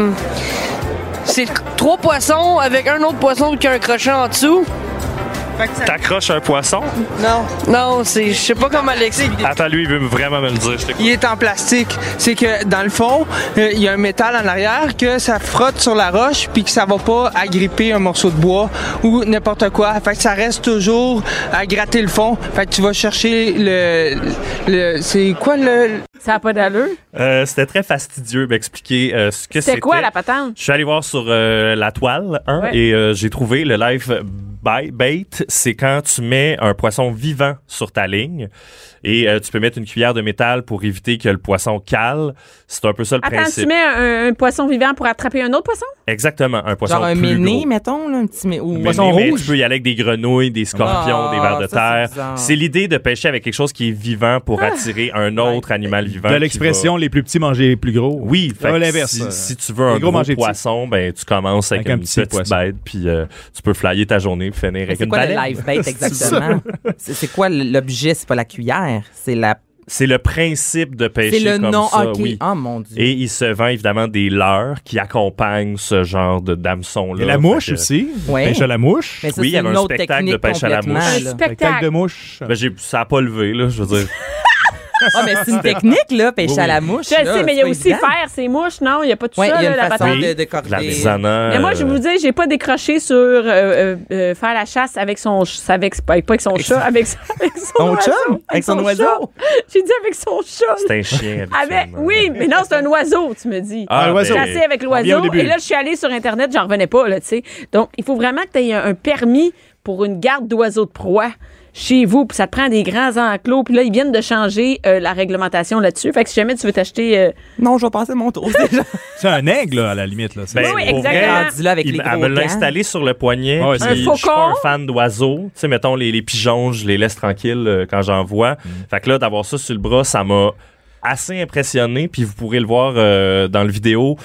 C'est trois poissons avec un autre poisson qui a un crochet en dessous. T'accroches un poisson? Non. Non, c'est. Je sais pas comment l'expliquer. Attends, lui, il veut vraiment me le dire. Je t'écoute. Il est en plastique. C'est que dans le fond, euh, il y a un métal en arrière que ça frotte sur la roche puis que ça va pas agripper un morceau de bois ou n'importe quoi. Fait que ça reste toujours à gratter le fond. Fait que tu vas chercher le, le c'est quoi le Ça n'a pas d'allure. Euh, c'était très fastidieux m'expliquer euh, ce que c'était. C'est quoi la patente? Je suis allé voir sur euh, la toile hein, Ouais. et euh, j'ai trouvé le live bait. bait, c'est quand tu mets un poisson vivant sur ta ligne et euh, tu peux mettre une cuillère de métal pour éviter que le poisson cale. C'est un peu ça le Attends, principe. tu mets un, un poisson vivant pour attraper un autre poisson? Exactement, un poisson Genre un plus méné, gros. mettons, là, un petit mé... ou Mais, poisson mais rouge. tu peux y aller avec des grenouilles, des scorpions, Ah, des vers de ça, c'est terre. bizarre. C'est l'idée de pêcher avec quelque chose qui est vivant pour Ah. attirer un autre animal vivant. De qui l'expression, va- les plus petits manger les plus gros. Oui, fait Ah, que l'inverse. si, ça. si tu veux un Les gros gros, manger petit. poisson, ben tu commences avec, Avec un une petit petite poisson. bête, puis euh, tu peux flyer ta journée, puis finir Mais avec c'est une quoi le baleine. live bait exactement? c'est, c'est quoi l'objet? C'est pas la cuillère, c'est la. C'est le principe de pêcher C'est le comme nom. ça, Ok. oui. Oh mon dieu. Et il se vend évidemment des leurres qui accompagnent ce genre de d'hameçon-là. Et la Fait mouche que- aussi. Ouais. Pêche à la mouche. Mais ça, Oui, il y c'est avait une un autre spectacle de technique pêche à la complètement, mouche. là. Spectacle de mouche. Ben, j'ai, ça a pas levé, là, je veux dire. Ah, mais c'est une technique, là, pêcher Oui, à la oui. mouche. Je le là, sais, mais il y c'est a pas aussi évident. faire ces mouches, non? Il n'y a pas tout Ouais, ça, il y a là, une la façon patente. de, de corder. L'artisanat. Mais moi, je euh, vous dis, j'ai pas décroché sur euh, euh, euh, faire la chasse avec son ch- avec pas avec son chat, avec, son- avec son Son oiseau. chum? Avec son oiseau? chat. J'ai dit avec son chat. C'est un chien. Avec, habituellement. oui, mais non, c'est un oiseau, tu me dis. Ah, un oiseau. ben, Chasser avec On vient l'oiseau. au début. Et là, je suis allée sur Internet, j'en revenais pas, là, tu sais. Donc, il faut vraiment que tu aies un, un permis pour une garde d'oiseaux de proie chez vous, puis ça te prend des grands enclos, puis là, ils viennent de changer euh, la réglementation là-dessus. Fait que si jamais tu veux t'acheter... euh, Non, je vais passer mon tour déjà. C'est un aigle, là, à la limite. Là. C'est- Ben, Oui, pour exactement. vrai, Rendu là avec il- les elle gros me l'a gants. installé sur le poignet. Ouais, puis c'est- Un je suis pas faucon. un fan d'oiseaux. Tu sais, mettons, les, les pigeons, je les laisse tranquilles euh, quand j'en vois. Mm. Fait que là, d'avoir ça sur le bras, ça m'a assez impressionné. Puis vous pourrez le voir euh, dans le vidéo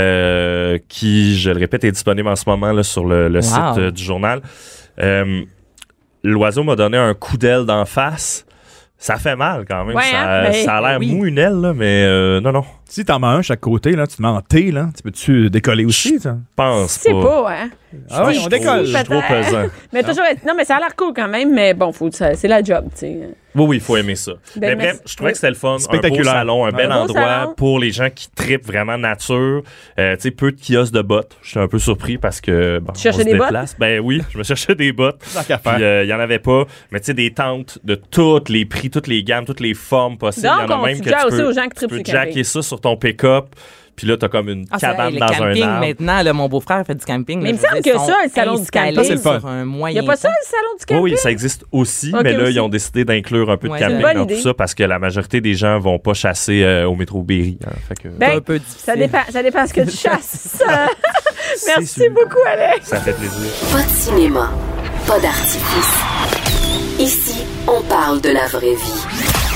euh, qui, je le répète, est disponible en ce moment là, sur le, le Wow. site euh, du journal. Euh, L'oiseau m'a donné un coup d'aile d'en face. Ça fait mal quand même. Ouais, ça, hein? Ben, ça a l'air oui. mou une aile, là, mais euh, non, non. Si t'en mets un chaque côté, là, tu te mets en T, là, tu peux-tu décoller aussi, ça? Je pense C'est pas. pas, hein? Ah oui, Je on suis décolle. trop- Je suis trop Peut-être. pesant. Mais toujours être- Non, mais ça a l'air cool quand même, mais bon, faut, ça- c'est la job, tu sais. Oui, oui, il faut aimer ça. Ben, mais merci. bref, je trouvais que c'était le fun. Un beau Spectaculaire. salon, un bel Un beau endroit salon. pour les gens qui trippent vraiment nature. Euh, tu sais, peu de kiosques de bottes. J'étais un peu surpris parce que, bon, Tu cherchais on se des bottes? déplace. Ben oui, je me cherchais des bottes. Tant qu'à faire. Puis euh, il y en avait pas. Mais tu sais, des tentes de tous les prix, toutes les gammes, toutes les formes possibles. Donc, Il y en a on même que suggère tu aussi peux, aux gens qui tu trippent peux sur le jacker camping. ça sur ton pick-up. Puis là, t'as comme une Ah, c'est- cabane hey, le dans camping, un arbre. maintenant, là, mon beau-frère fait du camping. Mais là, il me je veux semble dire, que sont ça, le salon du installés camping. Ça, c'est le fun. sur un Il moyen n'y a pas ça, temps. le salon du Oui, camping? oui, ça existe aussi, Ok, mais là, aussi. ils ont décidé d'inclure un peu de Ouais, camping c'est une bonne dans idée. tout ça parce que la majorité des gens vont pas chasser euh, au métro Berry. hein. Fait que, Ben, C'est un peu difficile. ça dépend, ça dépend ce que tu chasses. Merci sûr. beaucoup, Alex. ça fait plaisir. Pas de cinéma, pas d'artifice. Ici, on parle de la vraie vie.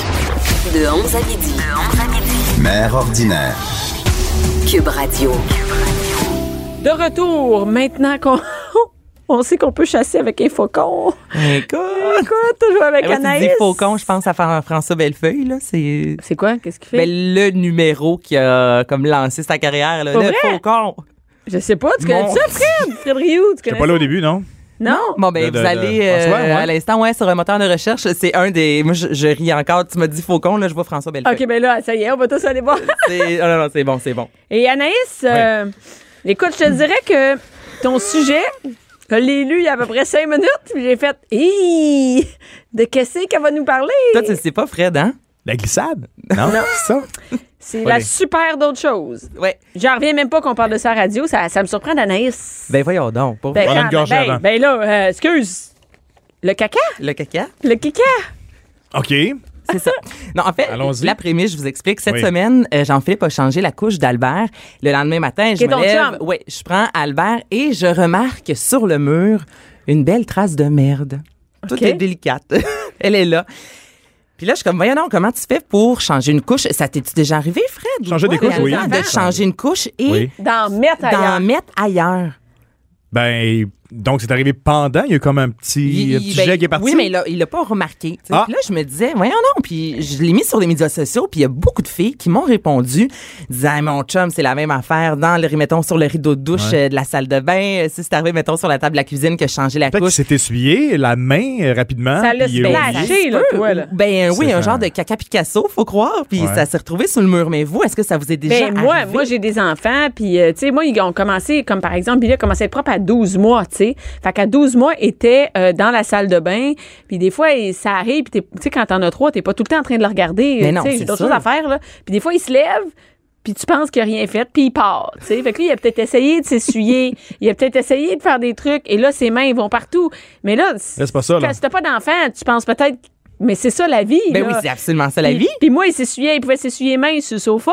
De onze à midi. De onze à midi. Mère ordinaire. Cube Radio. De retour, maintenant qu'on On sait qu'on peut chasser avec un faucon. Écoute, Écoute, toujours avec eh ben, Anaïs. tu dis faucon, je pense à Fran- François Bellefeuille, là. C'est, C'est quoi? Qu'est-ce qu'il fait? ben, le numéro qui a comme lancé sa carrière, là. Pas Le vrai? faucon. Je sais pas. Tu connais Mon ça, Fred? Fred Rioux, tu J'étais connais pas là ça? au début, non? Non? Bon, ben, De- de- vous allez de euh, François, ouais. à l'instant, ouais, sur un moteur de recherche. C'est un des. Moi, je, je ris encore. Tu m'as dit faucon, là, je vois François Bellefeuille. OK, ben là, ça y est, on va tous aller voir. C'est... Oh, non, non, c'est bon, c'est bon. Et Anaïs, euh, écoute, je te dirais que ton sujet, je l'ai lu il y a à peu près cinq minutes, puis j'ai fait « Hi! De qu'est-ce qu'elle va nous parler? » Toi, tu sais pas, Fred, hein? La glissade? Non, c'est ça. C'est Pas la les- super d'autres choses. Ouais. J'en reviens même pas qu'on parle de ça à la radio. Ça, ça me surprend d'Anaïs. Ben, voyons donc. Pour Ben, On a une quand- gorgée ben, avant. ben là, euh, excuse. Le caca? le caca. Le kika? OK. C'est ça. Non, en fait, Allons-y. la prémisse, je vous explique. Cette Oui. semaine, euh, Jean-Philippe a changé la couche d'Albert. Le lendemain matin, je Qui est me ton lève. chum? Oui, je prends Albert et je remarque sur le mur une belle trace de merde. OK. Tout est délicate. Elle est là. Puis là, je suis comme, voyons donc, comment tu fais pour changer une couche? Ça t'es-tu déjà arrivé, Fred? ou Changer quoi? des couches, oui. De changer une couche et Oui. D'en mettre d'en ailleurs. mettre ailleurs. Ben, donc, c'est arrivé pendant. Il y a eu comme un petit, un petit ben, jet qui est parti. Oui, mais il l'a- il l'a pas remarqué. tu sais. Ah. Puis là, je me disais, voyons non. Puis je l'ai mis sur les médias sociaux. Puis il y a beaucoup de filles qui m'ont répondu, disant, ah, mon chum, c'est la même affaire dans le, mettons, sur le rideau de douche Ouais. euh, de la salle de bain. Euh, Si c'est arrivé, mettons, sur la table de la cuisine que je changeais la Peut-être qu'il couche. s'est essuyé la main euh, rapidement. Ça l'a puis il a oublié. splashé, là, toi, là. Ben oui, C'est un ça. genre de caca Picasso, faut croire. Puis Ouais. ça s'est retrouvé sur le mur. Mais vous, est-ce que ça vous est déjà Ben, moi, arrivé? moi j'ai des enfants, puis, euh, tu sais, moi, ils ont commencé, comme par exemple, Billy a commencé à être propre à douze mois, tu sais. Fait qu'à douze mois, il était euh, dans la salle de bain, puis des fois, il- ça arrive, puis t'es- tu sais, quand t'en as trois, t'es pas tout le temps en train de le regarder. Mais non, tu sais, c'est j'ai d'autres sûr. choses à faire, là. Puis des fois, il se lève, puis tu penses qu'il a rien fait, puis il part, tu sais. Fait que lui, il a peut-être essayé de s'essuyer, il a peut-être essayé de faire des trucs, et là, ses mains, ils vont partout. Mais là, Là, c'est pas ça, là. quand si t'as pas d'enfant, tu penses peut-être, mais c'est ça la vie, Ben là. oui, c'est absolument ça la Puis- vie. Puis moi, il s'essuyait, il pouvait s'essuyer mains sur le sofa.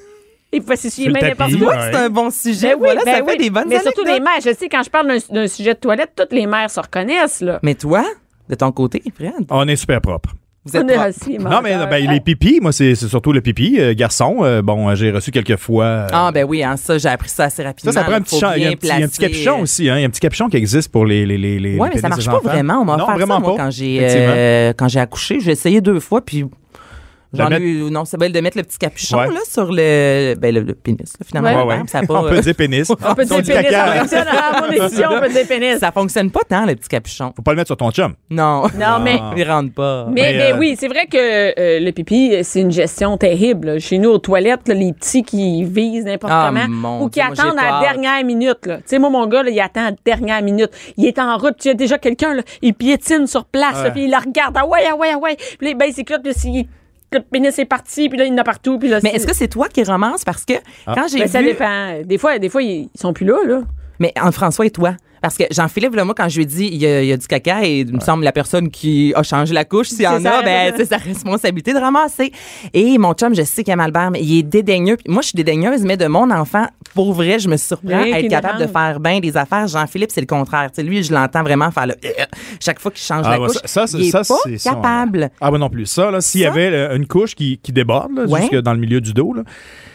Il pouvait s'essuyer Sur le mains n'importe tapis, quoi. ouais. C'est un bon sujet. Ben oui, voilà, ben ça oui. fait des bonnes Mais surtout anecdotes. les mères. Je sais, quand je parle d'un, d'un sujet de toilette, toutes les mères se reconnaissent, là. Mais toi, de ton côté, Fred, On est super propre. vous êtes On est propre. assis, Non, mais ben, les pipis, moi, c'est c'est surtout le pipi. Euh, garçon, euh, bon, euh, j'ai reçu quelques fois. euh, Ah, ben oui, hein, ça, j'ai appris ça assez rapidement. ça, ça prend un là. petit, Faut cha- il y a un bien petit, il y a un petit placer, capuchon euh, aussi. Hein. Il y a un petit capuchon qui existe pour les. les, les, les Ouais, les mais ça pénis marche des pas enfants. vraiment. On m'a Non, offert vraiment ça, moi, pas. quand j'ai, Effectivement. euh, quand j'ai accouché. J'ai essayé deux fois, puis j'en De ai eu... Non, c'est belle de mettre le petit capuchon, Ouais. là, sur le... Ben, le, le pénis, là, finalement. Ouais, Ouais, ouais. Ça a pas, On peut dire pénis. On peut On dire dit pénis. caca. Ça fonctionne à mon émission, on peut dire pénis. Ça fonctionne pas tant, le petit capuchon. Faut pas le mettre sur ton chum. Non. Non, mais. Il rentre pas. Mais, Mais, mais euh, oui, c'est vrai que euh, le pipi, c'est une gestion terrible. là. Chez nous, aux toilettes, là, les petits qui visent n'importe Ah, comment mon ou qui Dieu, moi, j'ai attendent à pas la hâte. dernière minute. là. Tu sais, moi, mon gars, là, il attend à la dernière minute. Il est en route, puis il y a déjà quelqu'un, là, il piétine sur place, là, Ouais. puis il la regarde. Ah ouais, ah ouais, ah ouais. Puis là, il baisse ses culottes, puis s'il- le pénis est parti, puis là, il en a partout. Puis là, Mais est-ce que c'est toi qui romance? Parce que quand j'ai Ben, vu... ça dépend. Des fois, des fois, ils ils sont plus là, là. Mais Anne-François et toi? Parce que Jean-Philippe, là, moi, quand je lui ai dit il y, a, il y a du caca, et il me semble la personne qui a changé la couche, s'il y en C'est a, ça. ben, c'est sa responsabilité de ramasser. Et mon chum, je sais qu'il aime Albert, mais il est dédaigneux. Puis moi, je suis dédaigneuse, mais de mon enfant, pour vrai, je me surprends Rien à qui être capable de dérange. faire bien des affaires. Jean-Philippe, c'est le contraire. Tu sais, lui, je l'entends vraiment faire le... Chaque fois qu'il change Ah, la ouais, couche, ça- ça, il est ça, pas c'est ça, capable. Ah, ben non plus. Ça, là, s'il y Ça? avait euh, une couche qui, qui déborde, là, Ouais. jusque dans le milieu du dos, là,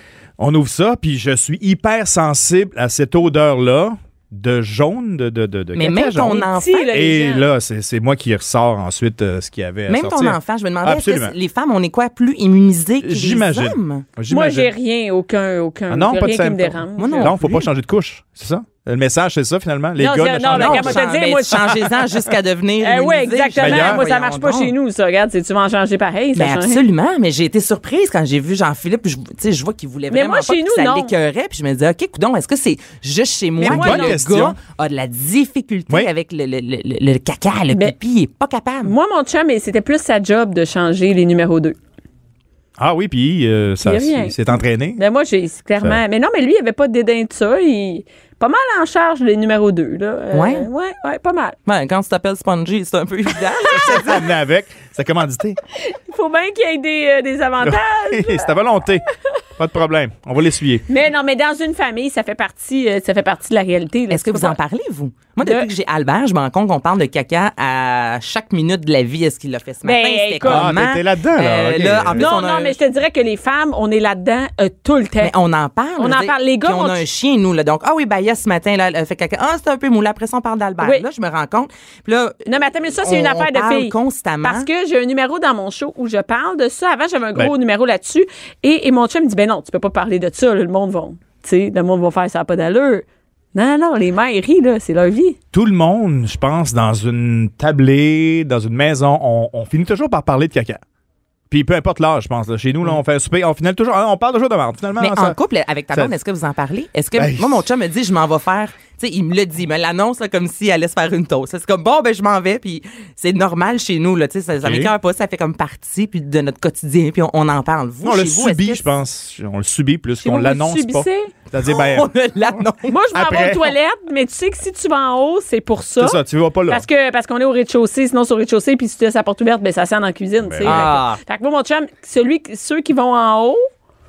on ouvre ça, puis je suis hyper sensible à cette odeur-là de jaune, de, de, de, de Mais caca même jaune. ton enfant... Petit, là, les Et gens. là, c'est c'est moi qui ressors ensuite euh, ce qu'il y avait à Même ton sortir. enfant, je me demandais, est-ce Absolument. que les femmes, on est quoi, plus immunisées que les J'imagine. hommes? Moi, J'imagine. j'ai rien, aucun, aucun. Ah non, j'ai pas de rien qui me symptômes. dérange. Moi, non. Non, faut plus. pas changer de couche, c'est ça? Le message, c'est ça, finalement? Les Non, gars c'est- ne non, changent mais pas. regarde, moi, te dire, moi, changez-en jusqu'à devenir Eh oui, immunisé. exactement. D'ailleurs, Moi, ça marche pas voyons chez donc. nous, ça. Regarde, tu vas en changer pareil. Ça Mais change. absolument, mais j'ai été surprise quand j'ai vu Jean-Philippe, je, tu sais, je vois qu'il voulait Mais vraiment moi, pas chez que nous, ça non. l'écœurait, puis je me disais, OK, coudonc, est-ce que c'est juste chez moi moi, que bonne le question. gars a de la difficulté Oui. avec le, le, le, le- le caca, le Mais- pipi, il est pas capable. Moi, mon chum, et c'était plus sa job de changer les numéros deux. Ah oui, puis euh, ça Il y a rien. il s'est entraîné. Mais moi, j'ai c'est clairement. Ça- Mais non, mais lui, il avait pas de dédain de ça. Il pas mal en charge les numéros deux, là. Euh, Ouais? Ouais, ouais, pas mal. Ben, quand tu t'appelles Spongy, c'est un peu évident. Ça venait avec. Ça commandité. Il faut bien qu'il y ait des, euh, des avantages. C'est ta volonté. Pas de problème. On va l'essuyer. Mais non, mais dans une famille, ça fait partie, euh, ça fait partie de la réalité. là. Est-ce que Tu vous peux en pas- parlez, vous? Moi, depuis De- que j'ai Albert, je me rends compte qu'on parle de caca à chaque minute de la vie. Est-ce qu'il l'a fait ce matin? Ben, C'était écoute. Ah, comment? t'étais là-dedans, là. OK. là, en plus, Non, on a non, un- mais je te dirais que les femmes, on est là-dedans euh, tout le temps. Mais on en parle. On je veux en dire. parle. Les gars Puis on vont- a un chien, nous, là. Donc, ah oui, Baya, ce matin, là, elle fait caca. Ah, c'est un peu mou. Là, après ça, on parle d'Albert. Oui. Là, je me rends compte. Puis là, Non, mais attends, mais ça, c'est on- une affaire on de parle filles. constamment. Parce que j'ai un numéro dans mon show où je parle de ça. Avant, j'avais un gros Ben. numéro là-dessus. Et, et mon chum me dit, ben non, tu peux pas parler de ça. là, le monde va, tu sais, le monde va faire ça n'a pas d'allure. Non, non, non, les mères rient, là, c'est leur vie. Tout le monde, je pense, dans une tablée, dans une maison, on, on finit toujours par parler de caca. Puis peu importe l'âge, je pense. là. Chez nous, là, on fait un souper, on, finit toujours, on parle toujours de merde. Finalement, Mais là, en ça- couple, avec ta ça- blonde, est-ce que vous en parlez? Est-ce que, Ben, moi, mon chum me dit, je m'en vais faire, tu sais, il me le dit, il me l'annonce là, comme si elle allait se faire une toast. C'est comme, bon, ben, je m'en vais, puis c'est normal chez nous, là, tu sais, ça, ça Ok. m'écoeure pas, ça fait comme partie puis de notre quotidien, puis on, on en parle. Vous, on chez le vous, est-ce subit, que je pense. On le subit plus Chez qu'on vous, vous l'annonce pas. subissez? C'est-à-dire, ben, on l'annonce. Moi, je m'en vais Après. aux toilettes, mais tu sais que si tu vas en haut, c'est pour ça. c'est ça, tu vas pas là. Parce que parce qu'on est au rez-de-chaussée, sinon sur le rez-de-chaussée, puis si tu laisses la porte ouverte, ben ça sent dans la cuisine, tu sais. Ah. Fait que- Fait que moi, mon chum, celui, ceux qui vont en haut,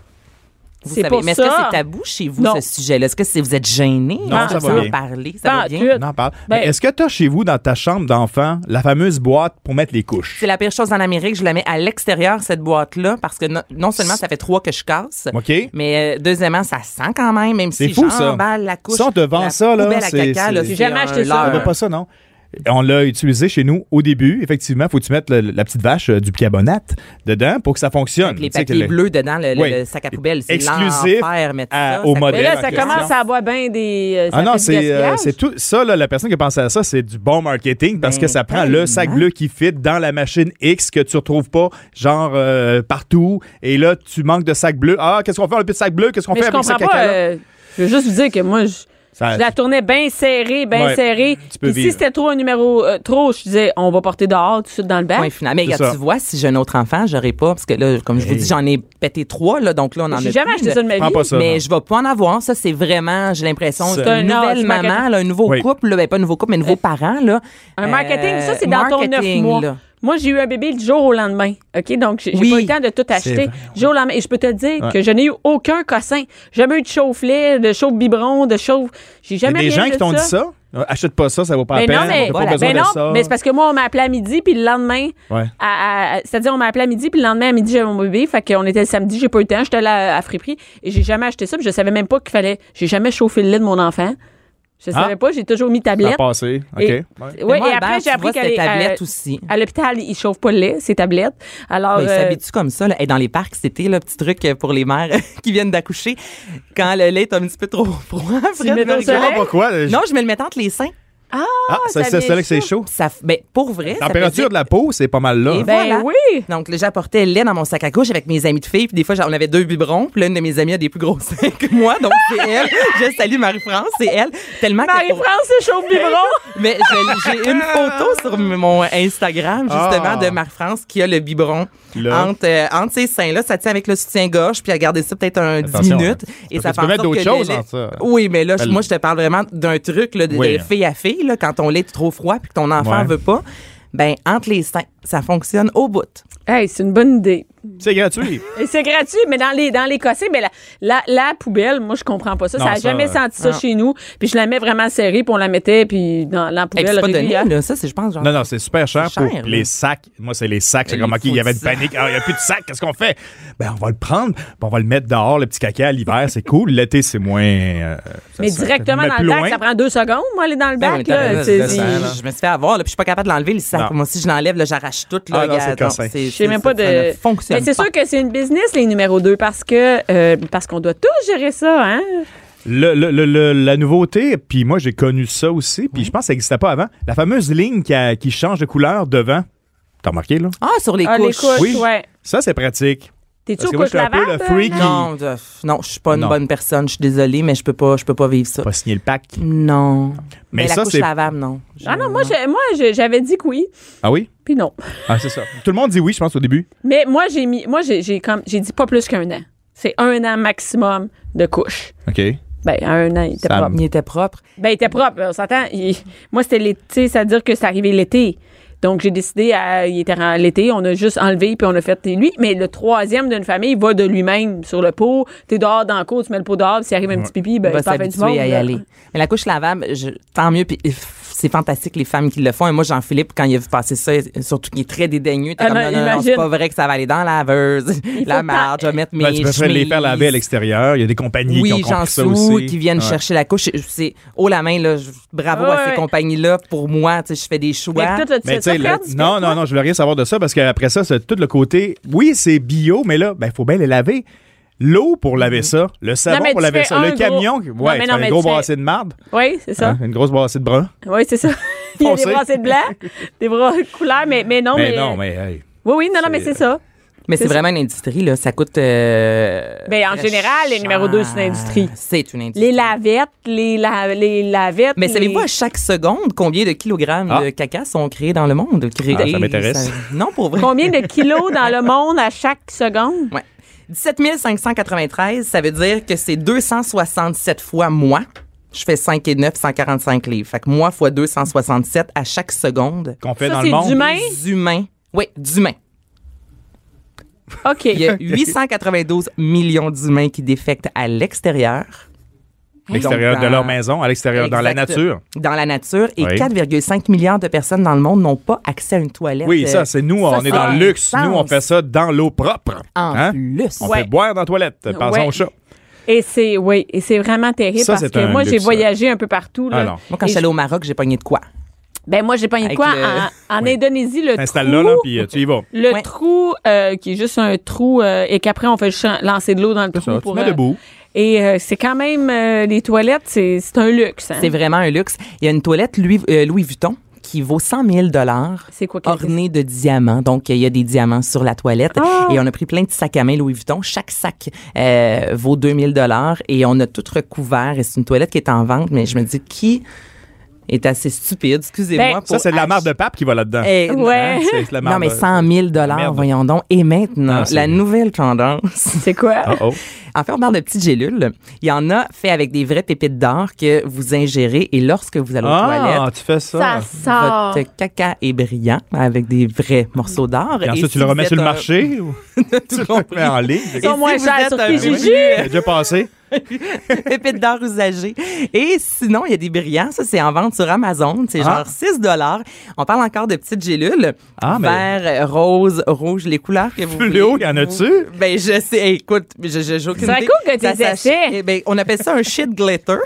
Vous c'est savez, pour mais est-ce que ça. c'est tabou chez vous, Non. ce sujet-là? Est-ce que c'est, vous êtes gêné? Non, ça va en bien. parler? Ça Pas va bien? tout. On en parle. Ben- Mais est-ce que tu as chez vous, dans ta chambre d'enfant, la fameuse boîte pour mettre les couches? C'est la pire chose en Amérique. Je la mets à l'extérieur, cette boîte-là, parce que non, non seulement ça fait trois que je casse, OK? mais euh, deuxièmement, ça sent quand même, même C'est si fou, ça. j'emballe la couche. Ça, on te vend la ça, là, poubelle à c'est- caca, là, c'est- J'ai jamais un acheté ça. leurre. On veut pas ça, non? On l'a utilisé chez nous au début. Effectivement, faut que tu mettes le- la petite vache euh, du bicarbonate dedans pour que ça fonctionne. Avec les Tu sais que papiers le- bleus dedans, le, le- Oui. le sac à poubelle. C'est Exclusif l'enfer, mettre à- ça, au ça modèle. mais coûte- là, ça en question. commence à avoir bien des. euh, ça Ah non, fait du c'est euh, gaspillage. c'est tout ça, là, la personne qui a pensé à ça, c'est du bon marketing parce Ben, que ça prend le sac tellement. bleu qui fit dans la machine X que tu retrouves pas, genre euh, partout. Et là, tu manques de sac bleu. Ah, qu'est-ce qu'on fait avec le petit sac bleu? Qu'est-ce qu'on Mais fait je avec ce comprends pas. caca-là? euh, je veux juste vous dire que moi, je. Ça- Je la tournais bien serrée, bien Ouais, serrée. tu peux Puis si vivre. c'était trop un numéro euh, trop, je disais, on va porter dehors, tout de suite dans le bac. Point final. Mais C'est regarde, ça. tu vois, si j'ai un autre enfant, j'aurais pas, parce que là, comme je vous Hey. dis, j'en ai pété trois, là, donc là, on en a J'ai jamais plus, acheté là. ça de ma Prends vie. pas ça. Mais non. je vais pas en avoir. Ça, c'est vraiment, j'ai l'impression, C'est c'est un une art, nouvelle c'est maman, marketing. là, un nouveau Oui. couple, là, ben pas un nouveau couple, mais un nouveau parent, là. Un Euh, marketing, ça, c'est dans ton neuf marketing, mois. là. Moi, j'ai eu un bébé le jour au lendemain. OK? Donc, j'ai j'ai Oui. pas eu le temps de tout acheter. vrai, Du jour au lendemain. Et je peux te dire Ouais. que je n'ai eu aucun cossin. Jamais eu de chauffe-lait, de chauffe-biberon, de chauffe. J'ai Il y a jamais des rien gens de qui t'ont dit ça. Euh, Achète pas ça, ça vaut pas Ben la non, peine. mais, on n'a pas voilà. besoin ben de non, ça. mais c'est parce que moi, on m'a appelé à midi, puis le lendemain, Ouais. à- à- c'est-à-dire, on m'a appelé à midi, puis le lendemain, à midi, j'avais mon bébé. Fait qu'on était le samedi, j'ai pas eu le temps. J'étais là à, à friperie et j'ai jamais acheté ça, puis je savais même pas qu'il fallait. J'ai jamais chauffé le lait de mon enfant. Je Ah. savais pas, j'ai toujours mis Ça a tablette. passé. OK. Et- Ouais. Oui, Mais moi, et Albert, après, j'ai tu appris vois, qu'à c'était les- tablette à- aussi. À l'hôpital, ils chauffent pas le lait, c'est tablette. Alors, Ben, ils euh, s'habituent comme ça. Là. Et dans les parcs, c'était le petit truc pour les mères qui viennent d'accoucher. Quand le lait est un petit peu trop froid, Fred le mets me au regarde. soleil? Pourquoi? Non, je me le mets entre les seins. ah, Ah, c'est ça c'est vient celle que c'est chaud. chaud. Ça, f- ben, pour vrai, La ça température faisait- de la peau, c'est pas mal là. Et Ben voilà. oui. Donc, là, j'apportais le lait dans mon sac à couche avec mes amis de filles. Puis des fois, j'en- on avait deux biberons. Puis l'une de mes amies a des plus gros seins que moi. Donc, c'est elle. Je salue Marie-France. C'est elle. Tellement que pour- Marie-France, c'est chauffe biberon. Mais je- j'ai une photo sur mon Instagram, justement, Ah. de Marie-France qui a le biberon Là. entre, euh, entre ses seins. Là, ça tient avec le soutien-gorge. Puis elle a gardé ça peut-être un dix Attention, minutes. hein. Et Parce ça que tu fait peux en mettre sorte d'autres que le choses lait- en ça. Oui, mais là, Elle- moi, je te parle vraiment d'un truc là, de, Oui. de fille à fille. Là, quand ton lait est trop froid puis que ton enfant Ouais. veut pas, ben entre les seins, ça fonctionne au bout. Hey, c'est une bonne idée. C'est gratuit. Et c'est gratuit, mais dans les dans les cossés, ben la, la, la poubelle, moi je comprends pas ça. Non, ça a ça, jamais euh, senti ça non. chez nous. Puis je la mets vraiment serrée, puis on la mettait puis dans la Et puis, poubelle c'est pas donné, régulière. là. Ça, c'est, je pense, genre. Non, non, c'est super cher C'est pour cher, les là. sacs. Moi, c'est les sacs. C'est Mais comme, les OK, il y avait une faux sacs. panique. Ah, il n'y a plus de sacs. Qu'est-ce qu'on fait? Ben, on va le prendre. puis on va le mettre dehors, le petit caca, à l'hiver. C'est cool. L'été, c'est moins. euh, ça Mais se- directement mais dans plus le bac, loin. ça prend deux secondes, moi, aller dans le Ben, bac. mais t'as là. raison, C'est- je, c'est- je me suis fait avoir, là, puis je suis pas capable de l'enlever le sac. Non. Moi, si je l'enlève, là, j'arrache tout. Là, Ah, non, regarde, c'est cassin. c'est- Je sais même ça- pas de. ça ne fonctionne Mais c'est pas. sûr que c'est une business, les numéros deux, parce que euh, parce qu'on doit tous gérer ça, hein? Le, le- le- le- la nouveauté, puis moi, j'ai connu ça aussi, puis je pense que ça n'existait pas avant. La fameuse ligne qui, a- qui change de couleur devant. T'as remarqué, là? Ah, sur les Ah, les couches. couches, Oui. ouais. Ça, c'est pratique. T'es-tu Parce au que moi, couche je suis un peu lavables? le freak. Non, de- non, je suis pas une Non. bonne personne. Je suis désolée, mais je peux pas, je peux pas vivre ça. Pas signer le pack. Non. Mais Mais ça, la couche c'est- lavable, non. Je- Ah non, moi, je- moi je- j'avais dit que oui, Ah oui? puis non. Ah, c'est ça. Tout le monde dit oui, je pense, au début. Mais moi, j'ai mis, moi, j'ai, j'ai comme, j'ai dit pas plus qu'un an. C'est un an maximum de couche. OK. Ben, un an, il était Ça propre. Il était propre. Ben, il était propre, on s'entend. Il- moi, c'était l'été, c'est-à-dire que c'est arrivé l'été. Donc, j'ai décidé, à, il était en l'été, on a juste enlevé puis on a fait lui. Mais le troisième d'une famille va de lui-même sur le pot. T'es dehors dans le cours, tu mets le pot dehors, puis s'il arrive un petit pipi, ben, On va c'est pas la fin du s'habituer monde. à y là. aller. Mais la couche lavable, je- tant mieux. Puis, c'est fantastique, les femmes qui le font. Et moi, Jean-Philippe, quand il a vu passer ça, surtout qu'il est très dédaigneux, t'es Ah comme, non, non, non, non, imagine. c'est pas vrai que ça va aller dans la laveuse. La faut marge, je vais mettre mes Ben, tu peux les faire laver à chemises. l'extérieur. Il y a des compagnies qui ont Oui, compris j'en ça sous aussi. qui viennent Ouais. chercher la couche. C'est haut la main, là. Je- Bravo Ouais, à ces ouais. compagnies-là. Pour moi, tu sais, je fais des Mais choix. toi, t'as-tu Mais fait tu sais, ça, le- Fred, du non, fait, non, toi? non, je voulais rien savoir de ça parce qu'après ça, c'est tout le côté. Oui, c'est bio, mais là, ben, faut bien les laver. L'eau pour laver ça, le savon mais pour tu laver fais ça, un le gros- camion, Non, ouais, mais tu non, fais mais un gros tu fais- brassé de marde, Oui, c'est ça. hein, une grosse brassée de brun. Oui, c'est ça. Il y a des Foncé. brassées de blanc, des bras couleurs, mais, mais non, mais. Mais non, mais hey, Oui, oui, non, non, mais c'est- c'est ça. Mais c'est c'est vraiment une industrie, là. Ça coûte. Euh, Ben, en très général, les numéro deux, c'est une industrie. C'est une industrie. Les lavettes, les, la, les lavettes. Mais les- savez-vous à chaque seconde combien de kilogrammes Ah. de caca sont créés dans le monde? Créés, Ah, ça m'intéresse. Non, pour vrai. Combien de kilos dans le monde à chaque seconde? Ouais. dix-sept mille cinq cent quatre-vingt-treize, ça veut dire que c'est deux cent soixante-sept fois moi. Je fais cinq et neuf, cent quarante-cinq livres. Fait que moi fois deux cent soixante-sept à chaque seconde. qu'on fait Ça, dans c'est le monde. d'humain? Des humains. Oui, d'humains. OK. Il y a huit cent quatre-vingt-douze millions d'humains qui défectent à l'extérieur. À l'extérieur Donc, de dans- leur maison, à l'extérieur, dans la Exact. nature. Dans la nature. Et Oui. quatre virgule cinq milliards de personnes dans le monde n'ont pas accès à une toilette. Oui, ça, euh, c'est nous, ça, on est ça dans a le un luxe. sens. Nous, on fait ça dans l'eau propre. En Hein? plus. On Ouais. fait boire dans la toilette. Pensons Ouais. au chat. Et c'est, oui, et c'est vraiment terrible Ça, parce c'est que un moi, luxe, j'ai ça. voyagé un peu partout. Là. Ah non. Moi, quand Et je suis allée au Maroc, j'ai pogné de quoi? Ben, moi, j'ai pogné de Avec quoi? le- En, en Indonésie, le Installe trou, là, là, puis euh, tu y vas. le Ouais. trou euh, qui est juste un trou euh, et qu'après, on fait juste lancer de l'eau dans le C'est trou. ça, tu pour, te mets euh, debout. Et euh, c'est quand même, euh, les toilettes, c'est, c'est un luxe. Hein? C'est vraiment un luxe. Il y a une toilette Louis, euh, Louis Vuitton qui vaut cent mille dollars. C'est quoi qu'elle Ornée de diamants. Donc, il y a des diamants sur la toilette. Ah! Et on a pris plein de sacs à main Louis Vuitton. Chaque sac euh, vaut deux mille dollars et on a tout recouvert. Et c'est une toilette qui est en vente, mais je me dis, qui est assez stupide, excusez-moi. Ben, pour Ça, c'est de la ach- marde de pape qui va là-dedans. Eh, Ouais. Hein? C'est de la Non, marde mais de- cent mille dollars, Merde. voyons donc. Et maintenant, Ah, c'est- la nouvelle tendance. C'est quoi? Oh, oh. En fait, on parle de petites gélules. Il y en a fait avec des vraies pépites d'or que vous ingérez et lorsque vous allez aux Ah, toilettes, tu fais ça. Ça sort. votre caca est brillant avec des vrais morceaux d'or. Et ensuite, tu le si remets vous sur le êtes un- marché ou tu le compris. remets en ligne? Ils sont Et moins si vous chers êtes sur un Kijiji. C'est déjà passé. Pépites d'or usagées. Et sinon, il y a des brillants. Ça, c'est en vente sur Amazon. C'est Ah. genre six dollars. On parle encore de petites gélules. Ah, mais- Vert, rose, rouge, les couleurs que vous Fluo, voulez. y en a-tu? Ben, je sais. Hey, écoute, je, je, j'ai aucune Ce serait idée. cool que Ça t'es s'ach- essais. Eh ben, on appelle ça un shit glitter.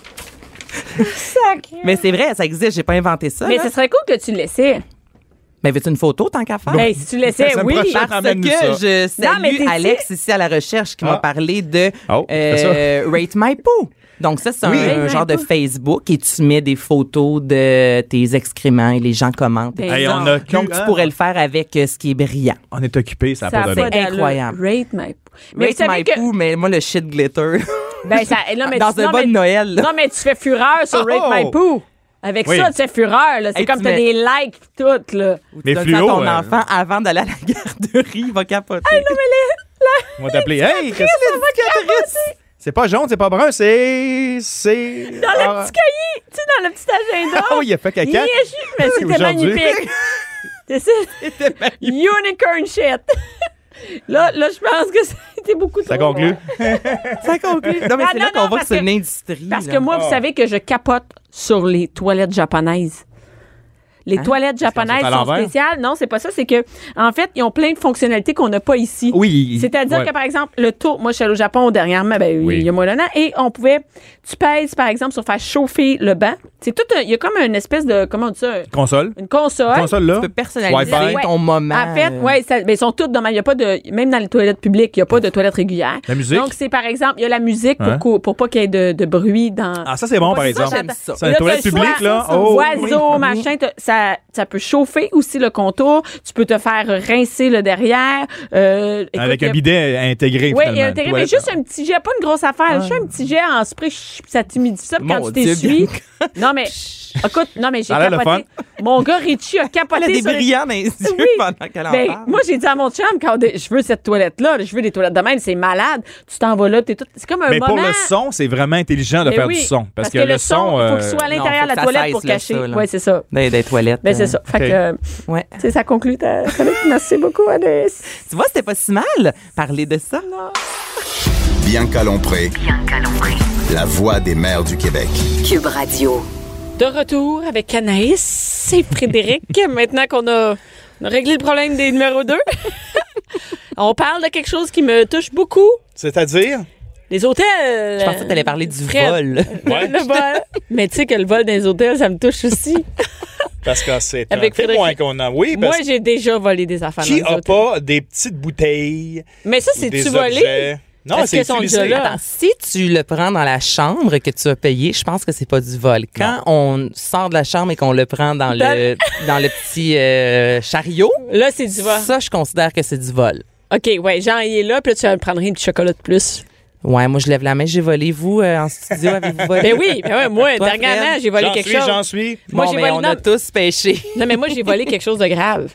Sacré. Mais c'est vrai, ça existe. J'ai pas inventé ça. Mais là. ce serait cool que tu le laissais. Ben, veux-tu une photo tant qu'à faire? Hey, si tu le laissais, La semaine oui. prochaine. Parce Ramène-nous que ça. je salue mais t'es-tu- Alex ici à la recherche qui Ah. m'a parlé de Oh, euh, Rate My Poo. Donc ça, c'est Oui. un, Rate My genre de Poo. Facebook et tu mets des photos de tes excréments et les gens commentent. Ben, Hey, non. on a Donc, tu pourrais le faire avec euh, ce qui est brillant. On est occupé, ça Ça n'a a pas pas de d'allure. incroyable. Rate my poo. Mais Rate vous savez My que... Poo, mais moi, le shit glitter. Ben, ça, non, mais Dans tu- un non, bon mais- Noël, là. Non, mais tu fais fureur sur Oh! Rate My Poo. Avec Oui. ça, tu fais fureur. Là. C'est Hey, comme tu t'as mets- des likes pis tout. Là. Mais Tu donnes fluo, ça à ton euh, enfant avant d'aller à la garderie, il va capoter. On va t'appeler. Hey, qu'est-ce que c'est pas jaune, c'est pas brun, c'est. C'est. Dans le Ah. petit cahier, tu sais, dans le petit agenda. Ah oui, il a fait caca. Yeah, mais c'était Aujourd'hui. magnifique. C'est ça. Unicorn shit. Là, là, je pense que ça a été beaucoup trop. Ça conclut. long. Ça conclut. Non, mais Ah, c'est non, là qu'on non, voit que parce c'est que- une industrie. Parce là. que moi, vous savez que je capote sur les toilettes japonaises. Les Hein? toilettes japonaises à sont l'envers? spéciales. Non, c'est pas ça. C'est que, en fait, ils ont plein de fonctionnalités qu'on n'a pas ici. Oui. C'est-à-dire Ouais. que, par exemple, le tour, moi, je suis allée au Japon dernièrement, ben, Oui. il y a moins d'un an, et on pouvait, tu pèses, par exemple, sur faire chauffer le banc. C'est tout un, il y a comme une espèce de, comment on dit ça? Console. Une console. Console là. Tu peux personnaliser Wi-Fi. ton moment. En fait, euh, ouais, ça- ben, ils sont toutes dans ma- il y a pas de, même dans les toilettes publiques, il n'y a pas de toilettes régulières. La musique? Donc, c'est par exemple, il y a la musique pour, Hein? qu'au- pour pas qu'il y ait de, de bruit dans. Ah, ça, c'est bon, par Ça, exemple. j'adore. ça. C'est Et une là, toilette t'as le choix, publique, là. ça, ça, Oh, oiseaux, oui. machin, t'as- ça, ça peut chauffer aussi le contour. Tu peux te faire rincer le derrière. Euh, écoute, Avec il y un a- bidet intégré. Oui, finalement. et intégré, mais Toilette. juste un petit jet, pas une grosse affaire, juste un petit jet en spray, chut, puis ça t'humidifie ça, puis quand Mon tu Dieu, t'essuies, Non, mais, écoute, non, mais j'ai Ça a l'air le capoté. Mon gars Richie a capoté. Elle a des sur les- brillants dans les yeux Oui. pendant qu'elle en Ben, parle. moi, j'ai dit à mon chum, quand on- je veux cette toilette-là, je veux des toilettes de même, c'est malade. Tu t'en vas là, t'es tout. C'est comme un Mais moment. pour le son, c'est vraiment intelligent de Mais faire oui, du son. Parce, que, le son, il faut euh, qu'il soit à non, l'intérieur faut de la que ça toilette cesse, pour là, cacher. ça, là. Oui, c'est ça. Des, des toilettes. Ben, c'est euh, ça. Fait OK. que, euh, Ouais. tu sais, ça conclut ta chronique. Merci beaucoup, Anaïs. Tu vois, c'était pas si mal parler de ça. Bianca Lompré, la voix des mères du Québec. Cube Radio. De retour avec Anaïs et Frédéric. Maintenant qu'on a, on a réglé le problème des numéros deux, on parle de quelque chose qui me touche beaucoup. C'est-à-dire? Les hôtels. Je pensais que t'allais parler du Fred. vol. Le, le vol. Mais tu sais que le vol dans les hôtels, ça me touche aussi. Parce que c'est un Avec témoin Frédéric. qu'on a. Oui, Moi, parce j'ai déjà volé des affaires qui dans les a hôtels. pas des petites bouteilles Mais ça, ou c'est-tu des volé? objets? Non, Est-ce c'est qu'elles sont utilisé. déjà là? Attends, si tu le prends dans la chambre que tu as payé, je pense que c'est pas du vol. Quand on sort de la chambre et qu'on le prend dans le dans le petit euh, chariot, Là, c'est du vol. ça, je considère que c'est du vol. OK, ouais, Jean, il est là, puis là, tu vas me prendre un petit chocolat de plus. Ouais, moi, je lève la main, j'ai volé. Vous, euh, en studio, avez-vous volé? Ben oui, ben ouais, moi, Toi, dernièrement, Fred? j'ai volé J'en quelque suis, chose. j'en suis. Moi, Bon, j'ai mais volé- on non. a tous pêché. Non, mais moi, j'ai volé quelque chose de grave.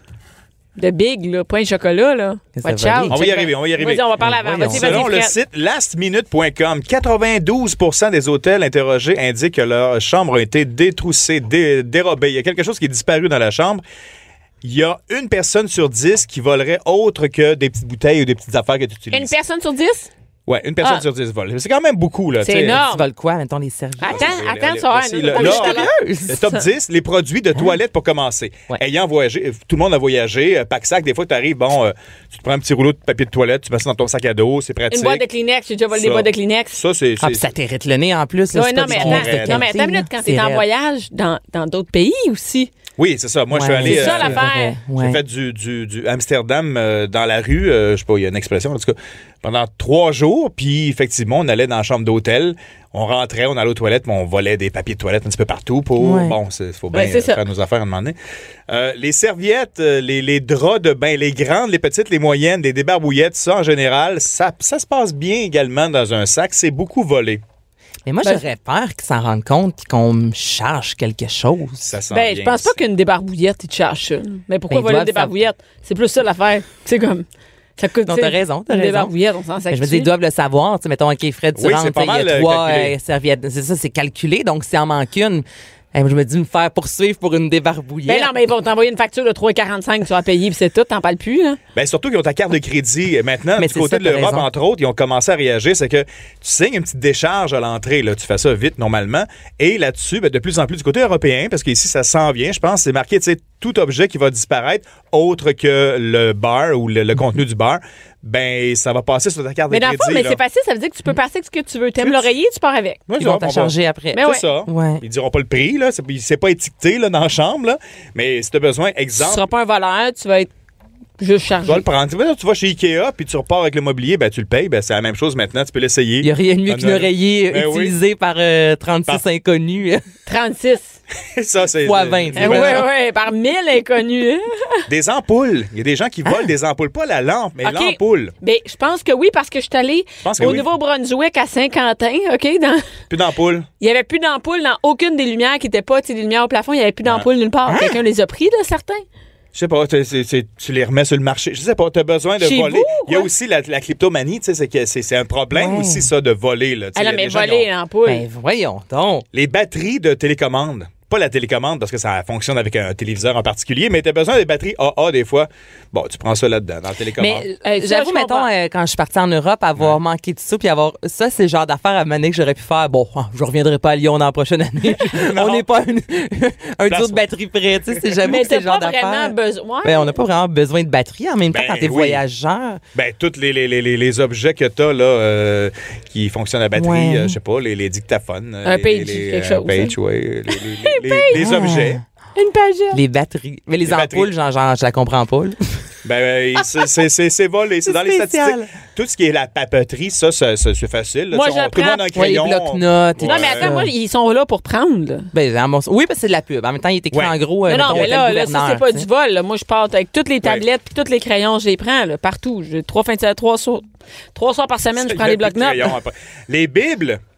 De big, là, pas un chocolat, là. Qu'est-ce que Watch t'as out. volé? On va y arriver, on va y arriver. Vas-y, on va parler avant. Voyons. Vas-y, vas-y, Selon le Fred. site last minute point com, quatre-vingt-douze pour cent des hôtels interrogés indiquent que leur chambre a été détroussée, dé- dérobée. Il y a quelque chose qui est disparu dans la chambre. Il y a une personne sur dix qui volerait autre que des petites bouteilles ou des petites affaires que tu utilises. Une personne sur dix? Ouais, une personne Ah. sur dix vole. C'est quand même beaucoup, là. C'est tu sais. énorme. Tu voles quoi? Mettons les serviettes. Attends, Les- attends, les- ça va. voici le- Attends, là, je suis sérieuse. Le top dix, les produits de toilette pour commencer. Ouais. Ayant voyagé, tout le monde a voyagé. euh, Pack-sac, des fois, tu arrives, bon, euh, tu te prends un petit rouleau de papier de toilette, tu mets ça dans ton sac à dos, c'est pratique. Une boîte de Kleenex. J'ai déjà volé des Ça. boîtes de Kleenex. Ça, c'est. Ah, c'est- puis ça t'irrite le nez en plus. Là, Ouais, c'est non, pas mais du attends, Kleenex de raide. non, mais attends qualité, une minute, là. quand C'est t'es en raide. voyage dans dans d'autres pays aussi. Oui, c'est ça. Moi, je suis Ouais, allé. C'est ça, euh, l'affaire. Ouais. J'ai fait du, du, du Amsterdam euh, dans la rue, euh, je sais pas, il y a une expression, en tout cas, pendant trois jours. Puis, effectivement, on allait dans la chambre d'hôtel, on rentrait, on allait aux toilettes, mais on volait des papiers de toilette un petit peu partout pour. Ouais. Bon, il faut bien Ouais, c'est euh, ça. faire nos affaires à un moment donné. Euh, les serviettes, euh, les, les draps de bain, les grandes, les petites, les moyennes, les débarbouillettes, ça, en général, ça, ça se passe bien également dans un sac. C'est beaucoup volé. Mais moi, Ben, j'aurais peur qu'ils s'en rendent compte puis qu'on me charge quelque chose. Ça sent Ben, bien. je pense pas qu'une débarbouillette, ils te chargent ça. Mais pourquoi Ben, ils voler une doivent débarbouillette? C'est plus ça l'affaire. C'est comme. Ça coûte. Non, tu sais, t'as raison, t'as Une raison. débarbouillette, on s'en Mais sac. je me dis, ils doivent le savoir. Tu sais, mettons, OK, Fred, tu Oui, rentres, c'est pas tu sais, il y mal, a euh, trois calculé. euh, serviettes. C'est ça, c'est calculé. Donc, s'il en manque une, eh, je me dis me faire poursuivre pour une débarbouillette. Ben non, mais ils vont t'envoyer une facture de trois quarante-cinq, tu vas payer, puis c'est tout, t'en parles plus, là. Ben surtout qu'ils ont ta carte de crédit. Maintenant, Mais du c'est côté ça, de t'as l'Europe, raison. entre autres, ils ont commencé à réagir. C'est que tu signes une petite décharge à l'entrée. Là. Tu fais ça vite, normalement. Et là-dessus, ben, de plus en plus du côté européen, parce qu'ici, ça s'en vient, je pense, c'est marqué, tu sais, tout objet qui va disparaître, autre que le bar ou le, le contenu du bar, ben ça va passer sur ta carte Mais de dans le crédit. fond, mais là. c'est facile, ça veut dire que tu peux passer avec ce que tu veux. T'aimes Tu- l'oreiller, tu pars avec. Ouais, Ils vont on t'en va- charger après. Mais C'est ouais. ça. Ouais. Ils diront pas le prix, là. C'est, c'est pas étiqueté là, dans la chambre, là. Mais si tu as besoin, Tu exemple, seras pas un voleur, tu vas être juste tu chargé. vas le prendre. Tu vas, tu vas chez Ikea, puis tu repars avec le mobilier, ben tu le payes. Ben c'est la même chose maintenant. Tu peux l'essayer. Il n'y a rien de mieux T'en qu'un as- oreiller Ben oui. utilisé par euh, trente-six Par- inconnus. trente-six. ça, c'est. Fois c'est- vingt. Eh ouais, ouais, par mille inconnus. hein. Des ampoules. Il y a des gens qui volent des ampoules. Pas la lampe, mais OK. l'ampoule. Ben, je pense que oui, parce que je suis allée pense que au oui. Nouveau-Brunswick à Saint-Quentin, OK? Dans... Plus d'ampoule. Il n'y avait plus d'ampoule dans aucune des lumières qui n'étaient pas, tu sais, des lumières au plafond, il n'y avait plus d'ampoule nulle part. Quelqu'un les a pris, là, certains? Je sais pas, t'es- c'est- c'est- tu les remets sur le marché. Je sais pas, tu as besoin de Chez voler. vous, Il y a quoi? aussi la, la kleptomanie, tu sais, c'est, que c'est, c'est un problème Ouais. aussi, ça, de voler. Là. Tu sais, Ah il y non, a mais des gens qui voler ont- l'ampoule. Ben voyons donc. Les batteries de télécommande. Pas la télécommande parce que ça fonctionne avec un téléviseur en particulier, mais tu as besoin des batteries A A des fois. Bon, tu prends ça là-dedans, dans la télécommande. Mais Euh, ça, j'avoue, je mettons, comprends. euh, quand je suis partie en Europe, avoir manqué de ça, puis avoir. Ça, c'est le genre d'affaires à mener que j'aurais pu faire. Bon, je reviendrai pas à Lyon dans la prochaine année. On n'est pas une- un Place- duo de batterie près. Tu sais, c'est jamais Mais c'est t'as le genre pas vraiment d'affaires. besoin. Ben, on n'a pas vraiment besoin de batterie en même temps Ben quand t'es oui. voyageur. Ben, tous les, les, les, les- les objets que tu as là, euh, qui fonctionnent à batterie, Ouais. euh, je sais pas, les, les dictaphones. euh, Un les- page, les, quelque un chose, page, hein. ouais, les, les, les- les- les objets. Une pagette. Les batteries. Mais les, Les ampoules, batteries. genre, genre, je la comprends pas. là. Ben, ben, c'est- c'est c'est- c'est volé. C'est dans les spécial. statistiques. Tout ce qui est la papeterie, ça, ça, ça, c'est facile. là. Moi, Tu sais, je on- tout le prends- monde a un Ouais, les crayon. blocs-notes et Non, tout mais ça. attends, moi, ils sont là pour prendre, là. Ben, à mon- oui, parce que c'est de la pub. En même temps, il est écrit Ouais. en gros. euh, Non, non, mettons, mais hôtel là, là, ça, c'est gouverneur, pas tu du sais. vol. là. Moi, je pars avec toutes les tablettes puis tous les crayons, je les prends, là, partout. J'ai trois fins de semaine, trois soirs, trois soirs par semaine, je prends Il y les a plus de blocs-notes. crayons après. Les Bibles.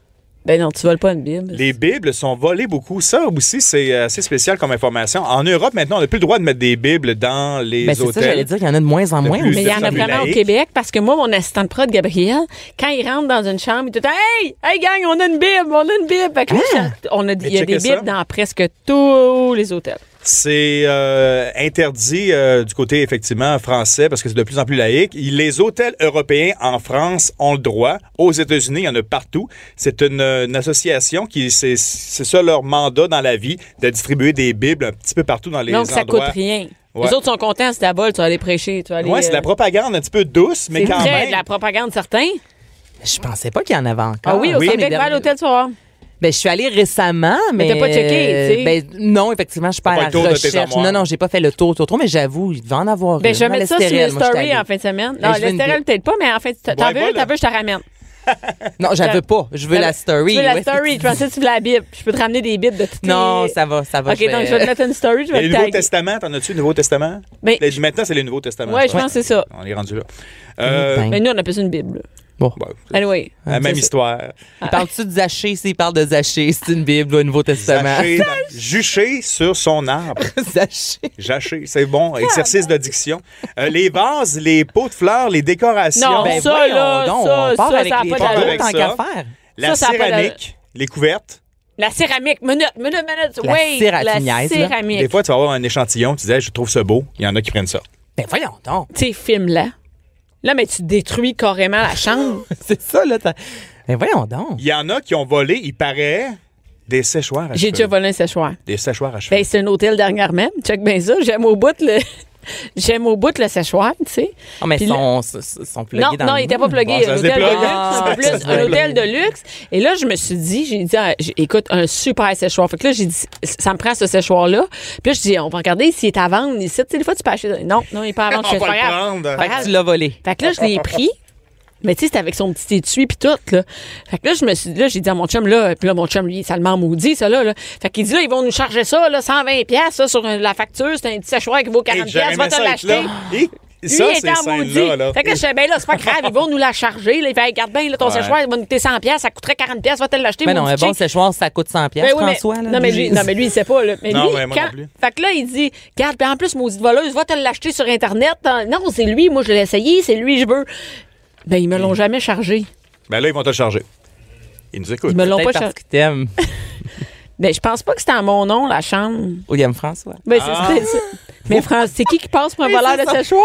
Ben non, tu voles pas une Bible. Les Bibles sont volées beaucoup. Ça aussi, c'est assez spécial comme information. En Europe, maintenant, on n'a plus le droit de mettre des Bibles dans les Ben, c'est hôtels. ça, j'allais dire, il y en a de moins en De moins. plus Mais il y en a plus vraiment au laïque. Québec parce que moi, mon assistant de prod, Gabriel, quand il rentre dans une chambre, il te dit Hey, hey, gang, on a une Bible, on a une Bible. Fait que là, ça- on a, il y a checkez des Bibles ça. dans presque tous les hôtels. C'est euh, interdit euh, du côté, effectivement, français, parce que c'est de plus en plus laïque. Les hôtels européens en France ont le droit. Aux États-Unis, il y en a partout. C'est une, une association qui, c'est, c'est ça leur mandat dans la vie, de distribuer des Bibles un petit peu partout dans les Donc, ça endroits. coûte rien. Ouais. Les autres sont contents, c'est ta bol, tu vas aller prêcher. Tu vas aller, Ouais, c'est de la euh, propagande un petit peu douce, mais c'est quand très même. de la propagande, certain. Je pensais pas qu'il y en avait encore. Ah oui, au oui. Québec, Mais va à l'hôtel, tu vas voir. Ben, je suis allée récemment, mais. Mais t'as pas checké, tu sais. Ben, non, effectivement, je suis pas T'as à pas la le tour de tes recherche. armoires. Non, non, j'ai pas fait le tour, tour, tour, mais j'avoue, il devait en avoir. Ben, une. je vais Dans mettre ça sur l'Estérel, les moi, j'étais stories allée. en fin de semaine. Ben, Non, je veux une l'Estérel, Bible. peut-être pas, mais en fait, t'en Ouais, veux, voilà. t'en veux, je te ramène. Non, j'en veux pas. Je veux la story. Tu veux la ouais. story. Je pensais que tu veux la Bible. Je peux te ramener des Bibles de toutes Non, les... ça va, ça va. OK, donc je vais te mettre une story, je Le vais te Nouveau taguer. Testament, t'en as-tu le Nouveau Testament? Ben- Les- Maintenant, c'est le Nouveau Testament. Ouais, je pense que c'est ça. On est rendu là. Euh, Ben. Mais nous, on appelle ça une Bible. Bon. bon, Anyway. la même c'est ça. histoire. Il parle-tu de Zaché? S'il parle de Zaché, c'est une Bible ou un Nouveau Testament. Zaché, dans- juché sur son arbre. Zaché. Jaché, c'est bon. Exercice d'addiction. Euh, les vases, les pots de fleurs, les décorations. Non, Ben, ça, voyons là, donc, ça, on part ça, avec ça a les pas portes portes avec tant ça. qu'à faire. la ça, ça a pas céramique, les couvertes. La céramique. Minute, minute, minute. La Oui, céramique, la niaise, là. céramique. Des fois, tu vas avoir un échantillon, tu disais, je trouve ça beau. Il y en a qui prennent ça. Ben voyons donc. Tu sais, filme-la. Là, mais tu détruis carrément la chambre. C'est ça, là. t'as- Ben voyons donc. Il y en a qui ont volé, il paraît, des séchoirs à J'ai cheveux. déjà volé un séchoir. Des séchoirs à cheveux. Ben, c'est un hôtel dernièrement. Check bien ça. J'aime au bout le... J'aime au bout le séchoir, tu sais. Oh, mais Puis ils là- sont, sont, sont plugués Non, dans non, le il n'était mur. pas plugué. Bon, ça un se hôtel de déplogue. luxe, Ah, en ça plus, se un déplogue. hôtel de luxe. Et là, je me suis dit, j'ai dit, ah, j'ai- écoute, un super séchoir. Fait que là, j'ai dit, ça me prend ce séchoir-là. Puis là, je dis, on va regarder s'il est à vendre ici. Tu sais, des fois, tu peux acheter. Non, non, il n'est pas à vendre. Je On fais, va c'est le pas grave. prendre. Pas Fait grave. que tu l'as volé. Fait que là, je l'ai pris. Mais tu sais, c'était avec son petit étui puis tout, là. Fait que là, je me suis dit, là, j'ai dit à mon chum, là, puis là, mon chum, lui, ça le maudit, ça, là, là. Fait qu'il dit, là, ils vont nous charger ça, là, cent vingt piastres, ça, sur un- la facture. C'est un petit séchoir qui vaut quarante Hey, piastres. Va j'aurais te aimé ça l'acheter. être là. Et Lui, ça, il ces était en maudit. scènes-là, là. Fait que je sais, ben là, c'est pas grave, ils vont nous la charger. Là. Il fait, hey, regarde bien, là, ton Ouais. séchoir, il va nous coûter cent piastres, ça coûterait quarante piastres, va te l'acheter. Mais non, maudit un bon chic. séchoir, ça coûte cent piastres, Ben oui, mais- François. Là, non, mais lui, non, mais lui, il sait pas, là. Mais Non, lui, ouais, moi quand- non plus. Fait que là, il dit, regarde, puis en plus, maudite voleuse, va te l'acheter sur Internet. Non, c'est lui, moi, je l'ai essayé, c'est lui, je veux. Ben, ils me l'ont jamais chargé. Ben là, ils vont te le charger. Ils nous écoutent. Ils me l'ont pas Peut-être chargé. parce qu'ils t'aiment. Ben, je pense pas que c'était à mon nom, la chambre. William François. Ben, c'est Ah. peut-être ça. Mais France, c'est qui qui passe pour un voleur de séchoir?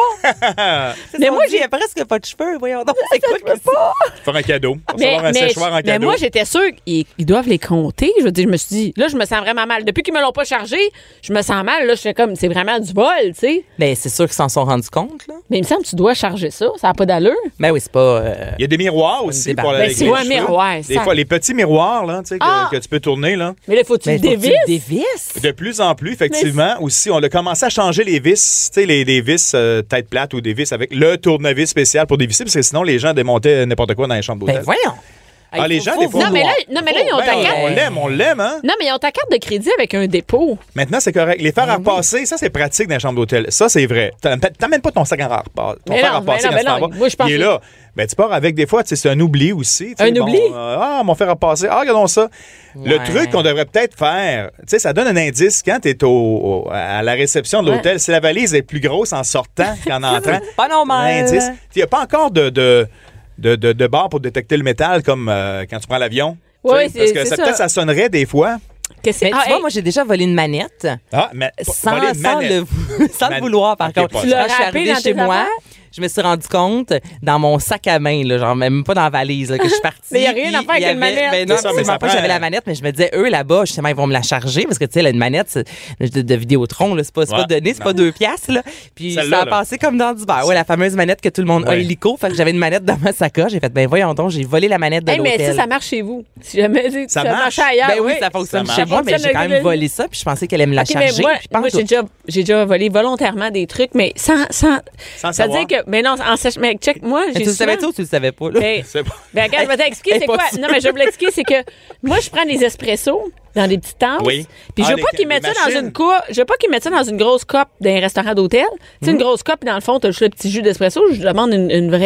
Mais moi, j'ai. j'ai presque pas de cheveux, voyons donc. C'est quoi que c'est? Faire un cadeau. Pour Mais, recevoir un mais, séchoir en mais cadeau. moi, j'étais sûre qu'ils ils doivent les compter. Je veux dire, je me suis dit, là, je me sens vraiment mal. Depuis qu'ils me l'ont pas chargé, je me sens mal. Là, je fais comme, c'est vraiment du vol, tu sais. Ben, c'est sûr qu'ils s'en sont rendus compte, là. Mais il me semble que tu dois charger ça. Ça n'a pas d'allure. Ben oui, c'est pas. euh, Il y a des miroirs aussi Ben, pour la Ben, avec c'est les un cheveux. miroir. Des ça- fois, les petits miroirs là, tu sais, que, Ah! que tu peux tourner. Là. Mais là, faut que tu Ben, le faut que tu dévisses. le dévisses. De plus en plus, effectivement, aussi, on a commencé à changer les vis, tu sais, les, les vis euh, tête plate ou des vis avec le tournevis spécial pour dévisser, parce que sinon, les gens démontaient n'importe quoi dans les chambres d'hôtel. Ben voyons. Ah, Hey, les faut- gens, faut des fois. Non, mais là, non, mais là, ils ont Ben, ta on- carte. on l'aime, on l'aime, hein? Non, mais ils ont ta carte de crédit avec un dépôt. Maintenant, c'est correct. Les fers à repasser, ça, c'est pratique dans les chambres d'hôtel. Ça, c'est vrai. T'am- T'amènes pas ton sac à repasser. Ton Mais fer non, à repasser mais non, quand tu mais t'en non. vas. Moi, je pense Il est que- là. Ben, tu pars avec des fois, tu sais, c'est un oubli aussi. tu sais, Un bon, oubli? euh, ah, mon fer à repasser. Ah, regardons ça. Le Ouais. truc qu'on devrait peut-être faire, tu sais, ça donne un indice quand tu es au, au- à la réception de l'hôtel. Si la valise est plus grosse en sortant qu'en entrant, Pas normal. un indice. Il n'y a pas encore de, de, de, de, de barre pour détecter le métal comme euh, quand tu prends l'avion. Tu Oui, sais, c'est parce que c'est ça, ça. peut-être ça sonnerait des fois. Qu'est-ce que Mais c'est? tu Ah, vois, hey, moi, j'ai déjà volé une manette. Ah, mais Sans, voler une sans manette. le, sans le Man- vouloir, par Ok, contre. pas Tu l'as Quand je suis râpé arrivée dans chez tes moi, affaires? je me suis rendu compte dans mon sac à main, là, genre même pas dans la valise, là, que je suis partie. Mais y a rien à puis faire avec il y une avait- manette. Ben non, C'est ça, mais absolument ça pas, prend- j'avais la manette, mais je me disais, eux, là-bas, justement, ils vont me la charger parce que, tu sais, là, une manette c'est- de, de Vidéotron, là, c'est pas, c'est Ouais, pas donné, c'est non. pas deux piastres, là. Puis Celle-là, ça a là. passé comme dans du beurre. Ouais, la fameuse manette que tout le monde a Ouais. illico. Fait que j'avais une manette dans ma sacoche. J'ai fait, ben voyons donc, j'ai volé la manette de hey, mais l'hôtel. ça, ça marche chez vous. Si jamais tu Ça ça marche. marche ailleurs. Ben oui, oui. ça fonctionne Ça chez marche. moi, mais j'ai Fonctionne quand même avec- volé ça, puis je pensais qu'elle allait me la OK, mais charger. moi, puis je pense moi que- j'ai déjà, j'ai déjà volé volontairement des trucs, mais sans. sans Sans ça veut savoir. dire que. Mais non, en sèche. Mais check, moi, Mais j'ai. tu le savais souvent- ou tu le savais pas, là? Ben, C'est pas- ben, regarde, je vais t'expliquer c'est quoi. Impossible. Non, mais je vais vous l'expliquer, c'est que moi, je prends des espressos dans des petites tasses. Oui. Puis je Ah, veux les- pas qu'ils mettent les ça dans machines. une coupe. Je veux pas qu'ils mettent ça dans une grosse coupe d'un restaurant d'hôtel. Tu sais, une grosse coupe, puis dans le fond, t'as juste le petit jus d'espresso. Je demande une, une vraie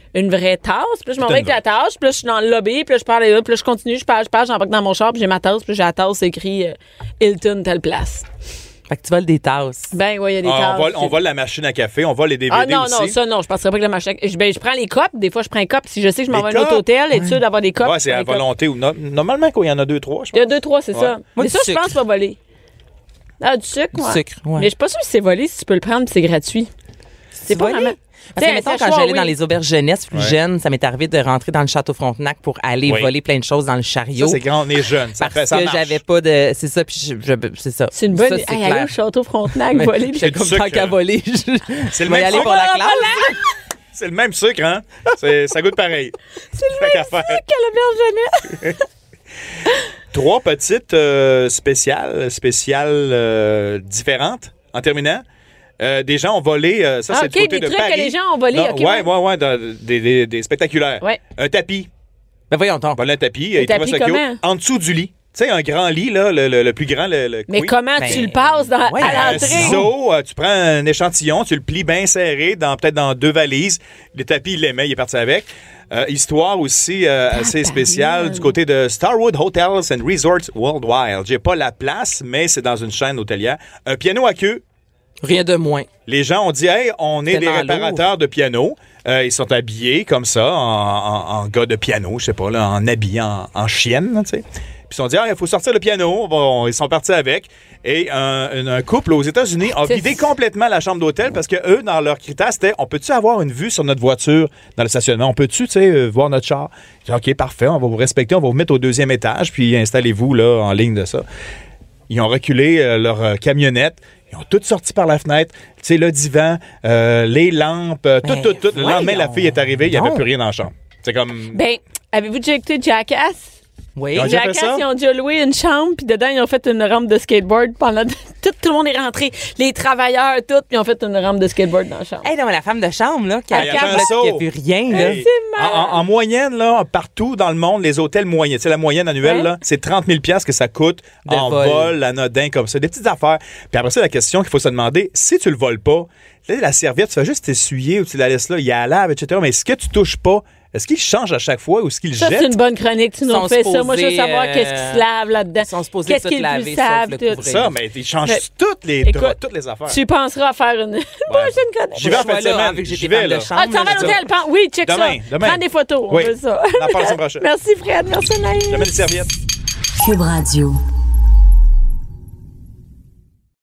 une vraie tasse. Puis là, je m'en T'as vais une avec la tasse. Puis là, je suis dans le lobby. Puis là, je parle là. Puis là, je continue. Je parle, je parle. J'embarque dans mon char. Puis j'ai ma tasse. Puis j'ai la tasse écrit euh, Hilton, telle place. Fait que tu voles des tasses. Ben oui, il y a des Ah, tasses. on, vole, on vole la machine à café, on vole les D V D Ah non, aussi. non, ça, non. Je passerai pas avec la machine. Je, ben, je prends les copes. Des fois, je prends un cop. Si je sais que je m'en Les vais à un autre copes? hôtel, être sûr d'avoir des copes. Ouais, c'est je à prends les copes. volonté. Ou no- normalement, quand il y en a deux, trois, je Il y a pense. deux, trois, c'est Ouais. ça. Moi, Mais du ça, je sucre. pense, va voler. Ah, du sucre, Du ouais. sucre, ouais. Mais je suis pas sûre si c'est volé, si tu peux le prendre, puis c'est gratuit. C'est pas volé? vraiment. Parce que, T'sais, mettons, un quand sachet, j'allais oui. dans les auberges jeunesse plus Ouais. jeunes, ça m'est arrivé de rentrer dans le château Frontenac pour aller Oui. voler plein de choses dans le chariot. Ça, c'est quand on est jeune. Ça parce fait, ça que marche. j'avais pas de. C'est ça, puis je, je- c'est ça. C'est une bonne Ça, idée. c'est Hey, aller clair. au château Frontenac, Mais voler. j'étais du comme sucre, tant qu'à hein. voler. Je, C'est le je vais y même aller sucre. pour la Ah, classe. C'est le même sucre, hein? C'est- ça goûte pareil. C'est le même sucre qu'à l'auberge jeunesse. Trois petites euh, spéciales, spéciales euh, différentes, en terminant. Euh, des gens ont volé, euh, ça Ah, c'est OK, du côté des de trucs Paris. que les gens ont volés, Non, OK, ouais, ouais. ouais, ouais, dans- des, des- des spectaculaires. Ouais. Un tapis. Ben voyons donc. Voilà un tapis. Un il trouvait tapis ça cute. comment? En dessous du lit. Tu sais, un grand lit, là, le, le- le plus grand, le, le Mais queen. comment Ben, tu le passes dans, ouais, à Un l'entrée? ciseau, euh, tu prends un échantillon, tu le plies bien serré, dans peut-être dans deux valises. Le tapis, il l'aimait, il est parti avec. Euh, histoire aussi euh, assez spéciale du côté de Starwood Hotels and Resorts Worldwide. J'ai pas la place, mais c'est dans une chaîne hôtelière. Un piano à queue. Rien de moins. Les gens ont dit, hey, on est des Tellement réparateurs de piano. Euh, ils sont habillés comme ça, en, en- en gars de piano, je sais pas, là, en habillé en, en chienne, là, tu sais. Puis ils se sont dit, ah, il faut sortir le piano. On va- on- ils sont partis avec. Et un, un- un couple aux États-Unis a C'est- vidé complètement la chambre d'hôtel parce que eux, dans leur critère, c'était, on peut-tu avoir une vue sur notre voiture dans le stationnement? On peut-tu, tu sais, euh, voir notre char? J'ai dit, OK, parfait, on va vous respecter, on va vous mettre au deuxième étage, puis installez-vous là en ligne de ça. Ils ont reculé euh, leur euh, camionnette. Ils ont toutes sorti par la fenêtre. Tu sais, le divan, euh, les lampes, euh, tout, Ben, tout, tout. Le lendemain, la voyons fille est arrivée, il n'y avait donc. plus rien dans la chambre. C'est comme... Ben, avez-vous déjà écouté Jackass? Oui. Ils ont déjà fait Jackass, ça? ils ont déjà loué une chambre, puis dedans, ils ont fait une rampe de skateboard pendant. Tout, tout le monde est rentré. Les travailleurs, tout, puis ils ont fait une rampe de skateboard dans la chambre. Hey, non, mais la femme de chambre, là, qui Ah, a il y a qui un a saut. vu rien, là. C'est En, mal. en- en moyenne, là, partout dans le monde, les hôtels moyens, tu sais, la moyenne annuelle, Ouais. là, c'est trente mille dollars que ça coûte De en vol. vol, anodin, comme ça. Des petites affaires. Puis après ça, la question qu'il faut se demander, si tu le voles pas, là, la serviette, tu fais juste t'essuyer ou tu la laisses là, il y a la lave, et cetera. Mais est-ce que tu touches pas? Est-ce qu'il change à chaque fois ou est-ce qu'il Ça, jette? c'est une bonne chronique. Tu nous Sont fais ça. Moi, je veux supposés, savoir euh, qu'est-ce qui se lave là-dedans. Ils sont supposés Qu'est-ce tout qu'ils laver, savent, sauf le tout. couvrir. Ça, mais il change Mais- toutes les Écoute, draps, toutes les affaires. Tu penseras à faire une prochaine chronique. J'y vais en Je fin de suis là, semaine. vu que j'ai J'y des vais, femmes là. de chambre. Ah, tu s'en vas à je- l'hôtel? Prends- Oui, check Demain, ça. demain. Prends des photos. Oui. On veut ça. On en parle la semaine prochaine. Merci, Fred. Merci, Naïs. Jamais de serviette. Cube Radio.